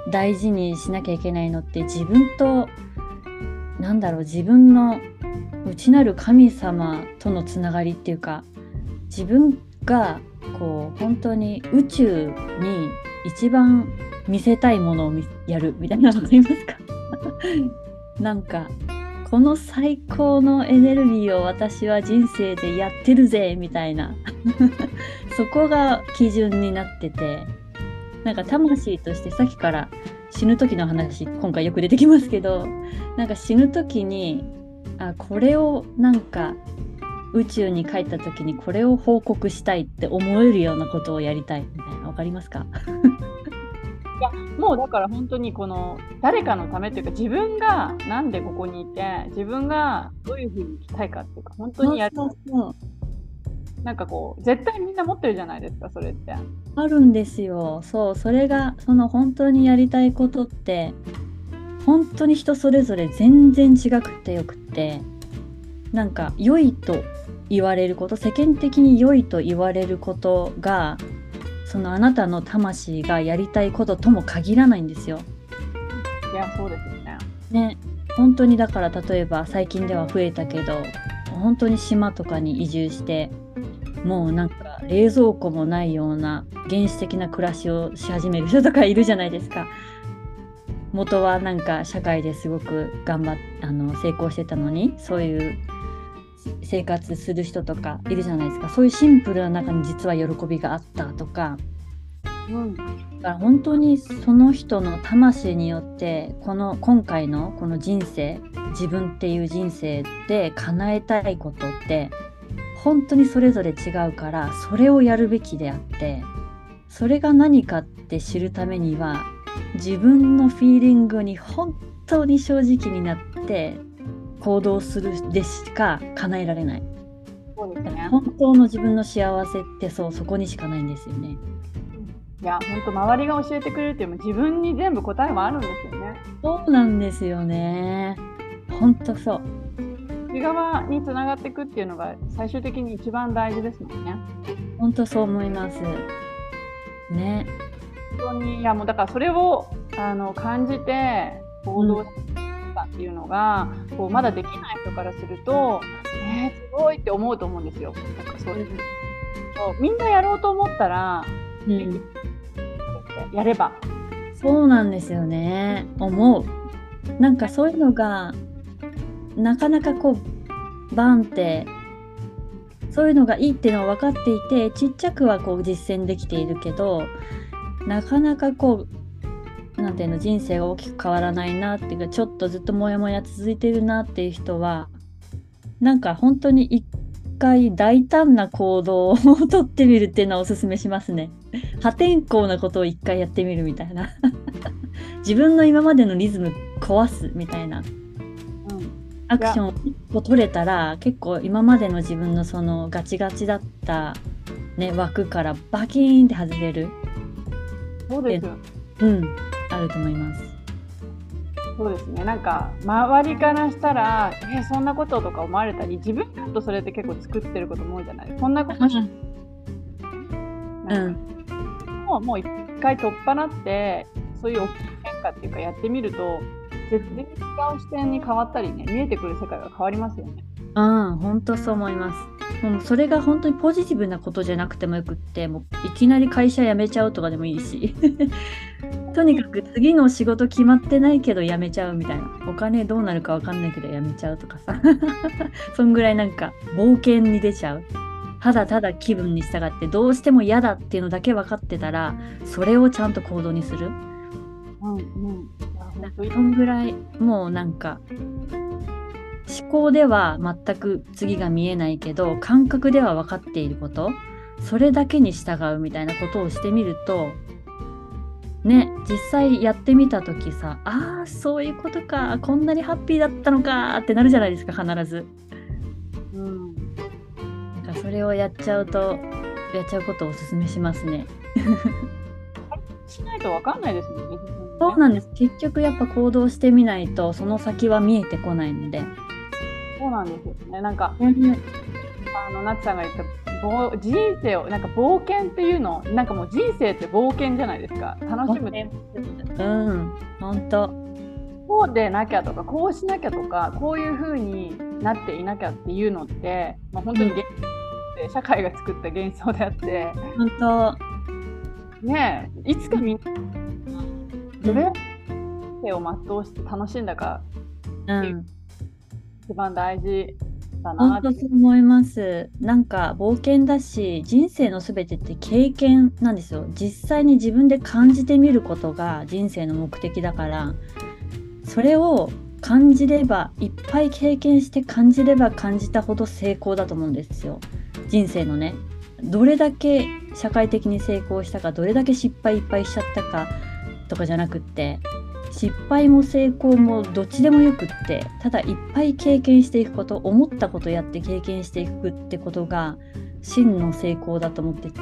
大事にしなきゃいけないのって自分となんだろう自分の内なる神様とのつながりっていうか自分がこう本当に宇宙に一番見せたいものをやるみたいなのありますかなんかこの最高のエネルギーを私は人生でやってるぜみたいなそこが基準になっててなんか魂としてさっきから死ぬ時の話今回よく出てきますけどなんか死ぬ時にあこれをなんか宇宙に帰った時にこれを報告したいって思えるようなことをやりたいみたいなわかりますかいやもうだから本当にこの誰かのためというか自分がなんでここにいて自分がどういうふうに生きたいかっていうか本当にやるそうそうそうなんかこう絶対みんな持ってるじゃないですかそれってあるんですよそうそれがその本当にやりたいことって本当に人それぞれ全然違くてよくってなんか良いと言われること世間的に良いと言われることがそのあなたの魂がやりたいこととも限らないんですよ。 いやそうですよね。 ね本当にだから例えば最近では増えたけど本当に島とかに移住してもうなんか冷蔵庫もないような原始的な暮らしをし始める人とかいるじゃないですか。元はなんか社会ですごく頑張っあの成功してたのにそういう生活する人とかいるじゃないですか。そういうシンプルな中に実は喜びがあったとか、うん、だから本当にその人の魂によってこの今回のこの人生自分っていう人生で叶えたいことって本当にそれぞれ違うからそれをやるべきであってそれが何かって知るためには自分のフィーリングに本当に正直になって行動するでしか叶えられない。 そうですね。 本当の自分の幸せってそうそこにしかないんですよね。 いや本当周りが教えてくれるっていうのも自分に全部答えもあるんですよね。 そうなんですよね。本当そう。 内側につながっていくっていうのが最終的に一番大事ですもんね。 本当そう思いますね。 本当にいやもうだからそれをあの感じて行動したっていうのが、うん、こうまだできない人からすると、えー、すごいって思うと思うんですよ。なんかそういう、うん、そうみんなやろうと思ったら、うん、やればそうなんですよね。思うなんかそういうのがなかなかこうバンってそういうのがいいっていうのは分かっていてちっちゃくはこう実践できているけどなかなかこうなんていうの人生が大きく変わらないなっていうかちょっとずっとモヤモヤ続いてるなっていう人はなんか本当に一回大胆な行動をとってみるっていうのはおすすめしますね。破天荒なことを一回やってみるみたいな自分の今までのリズム壊すみたいな、うん、アクションを取れたら結構今までの自分のそのガチガチだった、ね、枠からバキーンって外れるそうですよ、 うん、あると思います。 そうですね。なんか周りからしたらえそんなこととか思われたり自分だとそれって結構作ってることも多いじゃない。こんなことし、うん、もうもう一回取っ払ってそういう大きい変化っていうかやってみると全然違う視点に変わったりね見えてくる世界が変わりますよね。 うん、本当そう思います。もうそれが本当にポジティブなことじゃなくてもよくってもういきなり会社辞めちゃうとかでもいいしとにかく次の仕事決まってないけど辞めちゃうみたいなお金どうなるか分かんないけど辞めちゃうとかさそんぐらいなんか冒険に出ちゃうただただ気分に従ってどうしても嫌だっていうのだけ分かってたらそれをちゃんと行動にする、うんうん、そんぐらいもうなんか思考では全く次が見えないけど感覚では分かっていることそれだけに従うみたいなことをしてみるとね実際やってみた時さあーそういうことかこんなにハッピーだったのかってなるじゃないですか必ず、うん、なんかそれをやっちゃうとやっちゃうことをおすすめしますねしないと分かんないですもんね。 そうなんです。結局やっぱ行動してみないとその先は見えてこないので。 そうなんですよね。なんか、うん、 あのなつさんが言ったぼ人生をなんか冒険っていうの、なんかもう人生って冒険じゃないですか。楽しむ。 うん、本当。 こうでなきゃとか、こうしなきゃとか、こういう風になっていなきゃっていうのって、まあ、本当に現実、社会が作った幻想であって、 本当。 ねえ、いつかみんなどれ人生を全うして楽しんだかうっていう、 ん、 一番大事だな本って。 当そう思います。なんか冒険だし、人生のすべてって経験なんですよ。実際に自分で感じてみることが人生の目的だから、それを感じれば、いっぱい経験して感じれば感じたほど成功だと思うんですよ。人生のね、どれだけ社会的に成功したか、どれだけ失敗いっぱいしちゃったかとかじゃなくって、失敗も成功もどっちでもよくって、ただいっぱい経験していくこと、思ったことやって経験していくってことが真の成功だと思ってて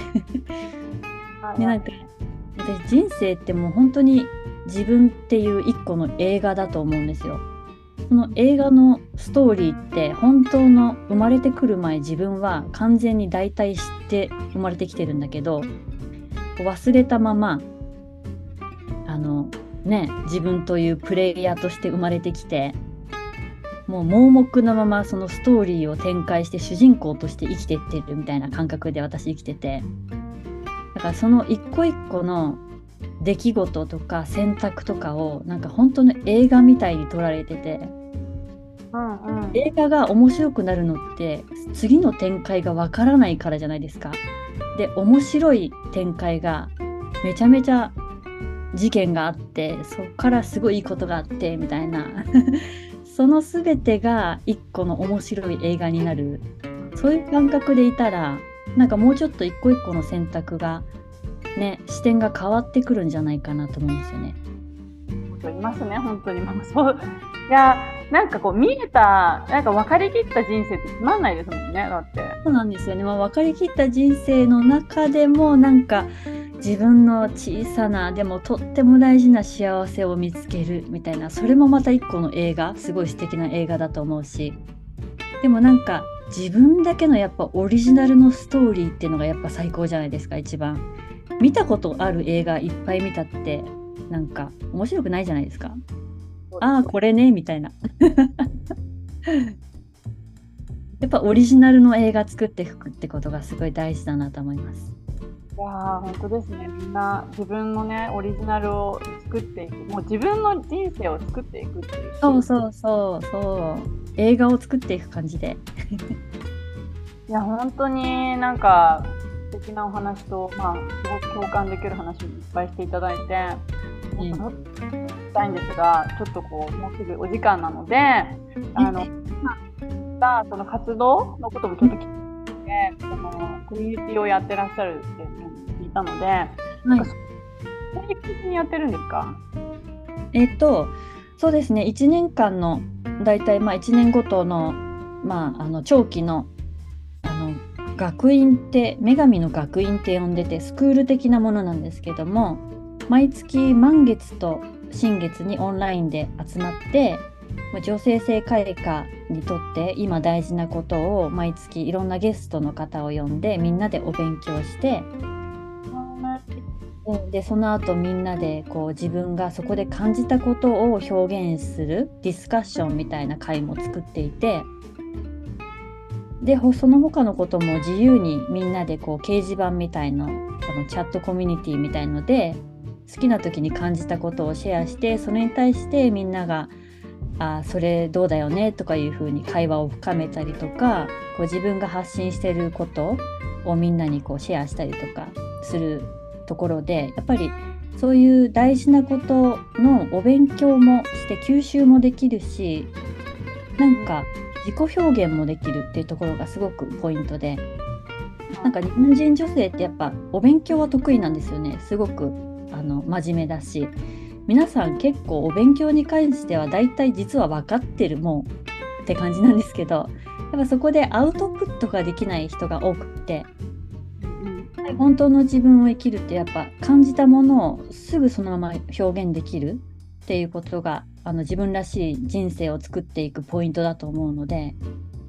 で、なんか私人生ってもう本当に自分っていう一個の映画だと思うんですよ。その映画のストーリーって本当の生まれてくる前、自分は完全に大体知って生まれてきてるんだけど、忘れたままあのね、自分というプレイヤーとして生まれてきて、もう盲目なままそのストーリーを展開して主人公として生きてってるみたいな感覚で私生きてて、だからその一個一個の出来事とか選択とかをなんか本当の映画みたいに撮られてて、 うんうん、 映画が面白くなるのって次の展開がわからないからじゃないですか。で、面白い展開がめちゃめちゃ事件があって、そこからすごいいいことがあってみたいなその全てが一個の面白い映画になる、そういう感覚でいたら、なんかもうちょっと一個一個の選択がね、視点が変わってくるんじゃないかなと思うんですよね。 いますね、本当に。まあ、そういや、なんかこう見えた、なんか分かりきった人生ってつまんないですもんね、だって。 そうなんですよね。まあ、分かりきった人生の中でもなんか自分の小さなでもとっても大事な幸せを見つけるみたいな、それもまた一個の映画、すごい素敵な映画だと思うし、でもなんか自分だけのやっぱオリジナルのストーリーっていうのがやっぱ最高じゃないですか。一番見たことある映画いっぱい見たってなんか面白くないじゃないですか。ああこれねみたいなやっぱオリジナルの映画作っていくってことがすごい大事だなと思います。 いやー、本当ですね。みんな自分のね、オリジナルを作っていく、もう自分の人生を作っていくっていう。 そうそうそうそう、映画を作っていく感じでいや、本当になんか素敵なお話と、まあ、すごく共感できる話もいっぱいしていただいて、もっともっと聞きたいんですが、ちょっとこうもうすぐお時間なので、あの、まあ、その活動のこともちょっと聞いて、そのコミュニティをやってらっしゃるっていうのを聞いたので、はい、なんか定期的にやってるんですか？ えっとそうですね、いちねんかんのだいたいまあいちねんごとの、まあ、あの長期のあの学院って女神の学院って呼んでて、スクール的なものなんですけども、毎月満月と新月にオンラインで集まって、女性性開花にとって今大事なことを毎月いろんなゲストの方を呼んでみんなでお勉強して、でその後みんなでこう自分がそこで感じたことを表現するディスカッションみたいな会も作っていて、でその他のことも自由にみんなでこう掲示板みたいな、あのチャットコミュニティみたいので好きな時に感じたことをシェアして、それに対してみんながあそれどうだよねとかいう風に会話を深めたりとか、こう自分が発信してることをみんなにこうシェアしたりとかするところで、やっぱりそういう大事なことのお勉強もして吸収もできるし、なんか自己表現もできるっていうところがすごくポイントで、なんか日本人女性ってやっぱお勉強は得意なんですよね。すごくあの真面目だし、皆さん結構お勉強に関しては大体実は分かってるもんって感じなんですけど、やっぱそこでアウトプットができない人が多くって、本当の自分を生きるってやっぱ感じたものをすぐそのまま表現できるっていうことがあの自分らしい人生を作っていくポイントだと思うので、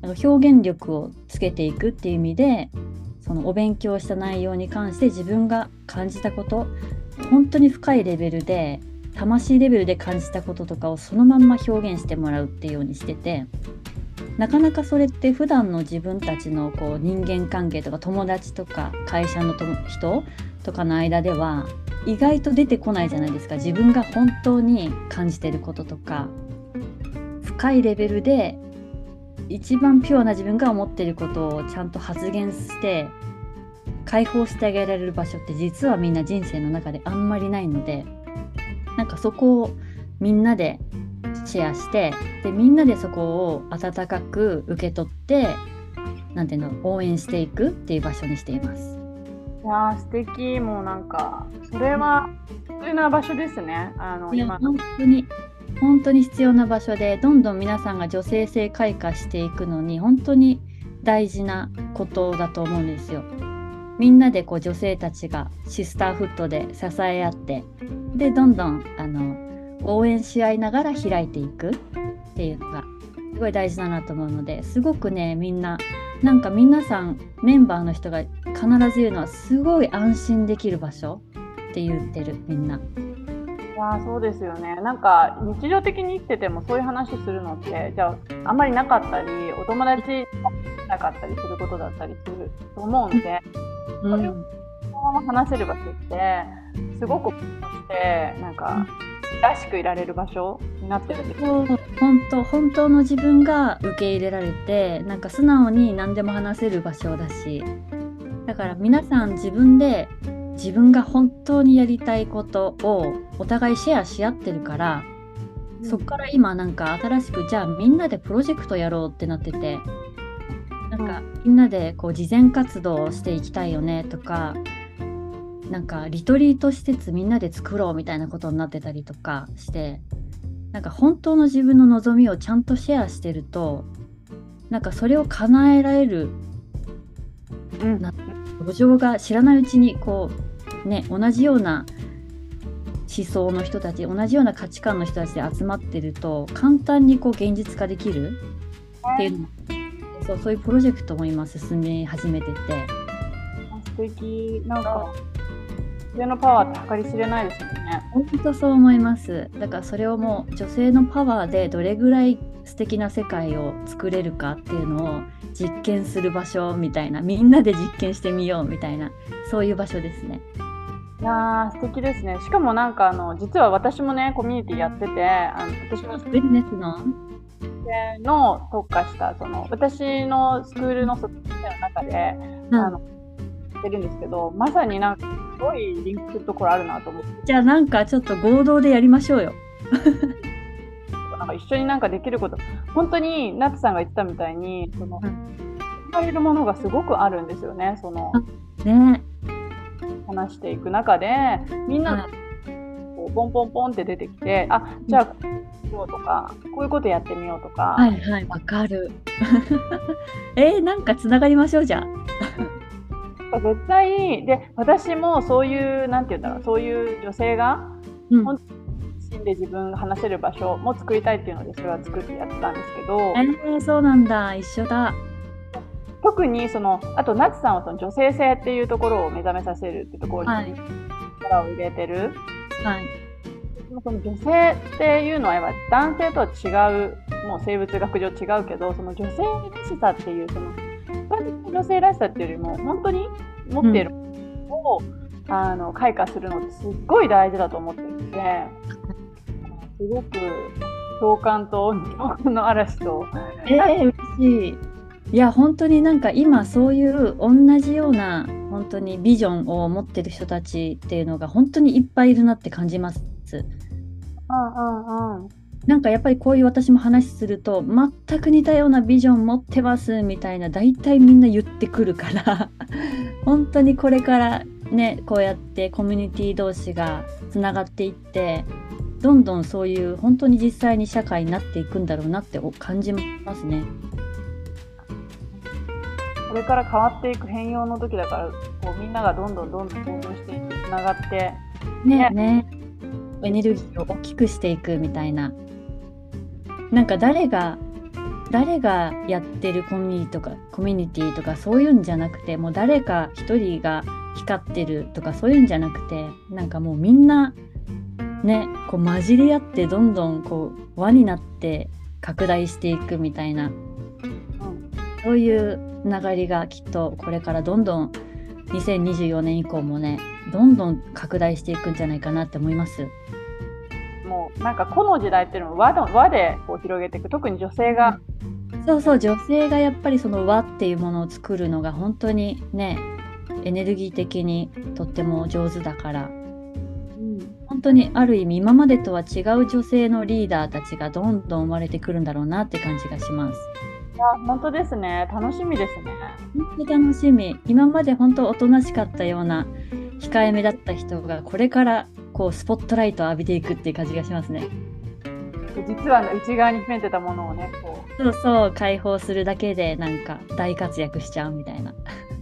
なんか表現力をつけていくっていう意味で、そのお勉強した内容に関して自分が感じたこと、本当に深いレベルで魂レベルで感じたこととかをそのまんま表現してもらうっていうようにしてて、なかなかそれって普段の自分たちのこう人間関係とか友達とか会社のと人とかの間では意外と出てこないじゃないですか。自分が本当に感じてることとか、深いレベルで一番ピュアな自分が思っていることをちゃんと発言して解放してあげられる場所って実はみんな人生の中であんまりないので、なんかそこをみんなでシェアして、でみんなでそこを温かく受け取ってなんていうの応援していくっていう場所にしています。 いやー素敵。もうなんかそれは必要な場所ですね。あのいや今本当に本当に必要な場所で、どんどん皆さんが女性性開花していくのに本当に大事なことだと思うんですよ。みんなでこう女性たちがシスターフットで支え合って、でどんどんあの応援し合いながら開いていくっていうのがすごい大事だなと思うので、すごくねみんななんか皆さんメンバーの人が必ず言うのはすごい安心できる場所って言ってるみんな。 いやーそうですよね。なんか日常的に生きててもそういう話するのってじゃああんまりなかったり、お友達なかったりすることだったりすると思うんで、 うん、 それをそのまま話せる場所ってすごくしてなんからしくいられる場所になってるんですよ。 本当本当の自分が受け入れられて、なんか素直に何でも話せる場所だし、だから皆さん自分で自分が本当にやりたいことをお互いシェアし合ってるから、うん、そっから今なんか新しくじゃあみんなでプロジェクトやろうってなってて、なんかみんなでこう慈善活動をしていきたいよねとか、なんかリトリート施設みんなで作ろうみたいなことになってたりとかして、なんか本当の自分の望みをちゃんとシェアしてると、なんかそれを叶えられる、うん、な土壌が知らないうちにこうね、同じような思想の人たち、同じような価値観の人たちで集まってると簡単にこう現実化できるっていうの、そう、そういうプロジェクトも今進め始めてて、 素敵。なんか女性のパワーって計り知れないですもんね。 本当そう思います。だからそれをもう女性のパワーでどれぐらい素敵な世界を作れるかっていうのを実験する場所みたいな、みんなで実験してみようみたいな、そういう場所ですね。 いやー素敵ですね。しかもなんかあの実は私もねコミュニティやってて、あの私もビジネスのの特化したその私のスクールの卒業生の中で、うん、あのやってるんですけど、まさになんかすごいリンクするところあるなと思って。 じゃあなんかちょっと合同でやりましょうよ。 なんか一緒になんかできること、本当にナツさんが言ってたみたいにその使えるものがすごくあるんですよね。そのね、 話していく中でみんなこうポンポンポンって出てきて、あ、じゃあこうしようとか、こういうことやってみようとか。 はいはい、わかる。えー、なんかつながりましょうじゃあ。 絶対で、私もそういうなんて言うんだろう、そういう女性が、うん、本当にで自分が話せる場所も作りたいっていうのでそれは作ってやってたんですけど、 えー、そうなんだ、一緒だ。 特にそのあとナツさんはその女性性っていうところを目覚めさせるっていうところに力を入れてる、はい、その女性っていうのはやっぱ男性とは違う、もう生物学上違うけど、その女性らしさっていうその一般的な女性らしさっていうよりも本当に持っているものを、うん、あの開花するのってすっごい大事だと思っていて、すごく共感と共感の嵐と、 えー、嬉しい。いや本当になんか今そういう同じような本当にビジョンを持ってる人たちっていうのが本当にいっぱいいるなって感じます。 うんうんうん。 なんかやっぱりこういう私も話すると全く似たようなビジョン持ってますみたいな大体みんな言ってくるから本当にこれからねこうやってコミュニティ同士がつながっていってどんどんそういう本当に実際に社会になっていくんだろうなって感じますね。 これから変わっていく変容の時だから、こうみんながどんどんどんどん行動していってつながってね、ね、エネルギーを大きくしていくみたいな。なんか誰が誰がやってるコミュニティとかコミュニティとかそういうんじゃなくて、もう誰か一人が光ってるとかそういうんじゃなくて、なんかもうみんなね、こう混じり合ってどんどんこう輪になって拡大していくみたいな、 うん、 そういう流れがきっとこれからどんどんにせんにじゅうよねん以降もね、どんどん拡大していくんじゃないかなって思います。 もうなんかこの時代っていうのは輪の輪でこう広げていく、特に女性が、 そうそう、女性がやっぱりその輪っていうものを作るのが本当にね、エネルギー的にとっても上手だから、 うん、 本当にある意味今までとは違う女性のリーダーたちがどんどん生まれてくるんだろうなって感じがします。 いや本当ですね、楽しみですね。 本当楽しみ。今まで本当おとなしかったような控えめだった人がこれからこうスポットライトを浴びていくっていう感じがしますね。 実は内側に秘めてたものをね、こうそうそう、解放するだけでなんか大活躍しちゃうみたいな。 い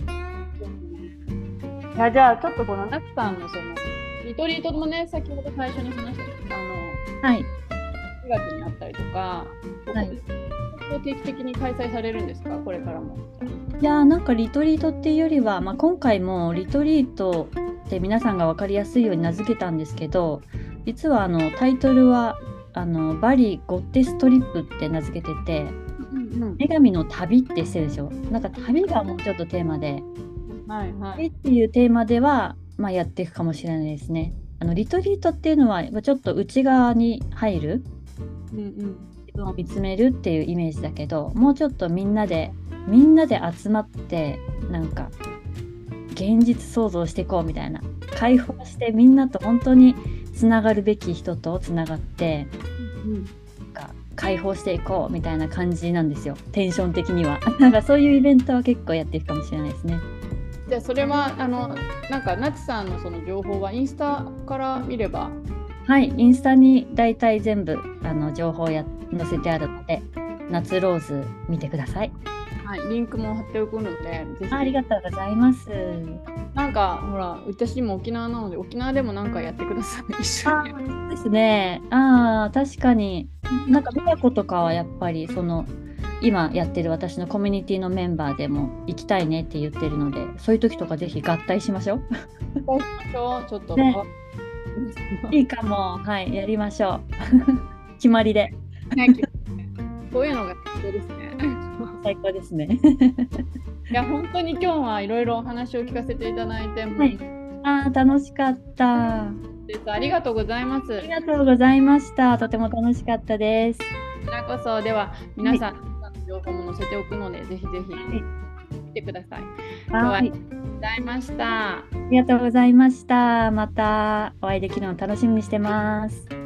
や、じゃあちょっとこの夏さんのそのリトリートもね、先ほど最初に話したあの、 はい、 しがつにあったりとか、はい、定期的に開催されるんですか、これからも。 いやー、なんかリトリートっていうよりは、まあ、今回もリトリートって皆さんが分かりやすいように名付けたんですけど、実はあのタイトルはあのバリゴッテストリップって名付けてて、うんうん、女神の旅ってしてるでしょ。なんか旅がもうちょっとテーマで、 はいはい、 旅っていうテーマでは、まあ、やっていくかもしれないですね。あのリトリートっていうのはちょっと内側に入る、うんうん、自分を見つめるっていうイメージだけど、もうちょっとみんなでみんなで集まってなんか現実創造していこうみたいな、解放してみんなと本当につながるべき人とつながって、うん、なんか解放していこうみたいな感じなんですよ、テンション的には。なんかそういうイベントは結構やっていくかもしれないですね。 じゃあそれはあのなんかなちさんのその情報はインスタから見れば。 はい、インスタにだいたい全部あの情報や載せてあるので、夏ローズ見てください。 はい、リンクも貼っておくので、ぜひ。ありがとうございます。 なんかほら、私も沖縄なので、沖縄でもなんかやってください、一緒に。 そうですね。ああ、確かに。なんか見たことかはやっぱりその今やってる私のコミュニティのメンバーでも行きたいねって言ってるので、そういう時とかぜひ合体しましょう。 合体しましょう。ちょっと、 ね、いいかも。はい、やりましょう。決まりで。 こういうのが最高ですね。 最高ですね。 いや、本当に今日はいろいろお話を聞かせていただいて、 はい、あー、楽しかった。 ありがとうございます。 ありがとうございました。とても楽しかったです。こちらこそ。では皆さん、はい、情報も載せておくので、ぜひぜひ見てください。今日はありがとうございました。 ありがとうございました。またお会いできるのを楽しみにしてます。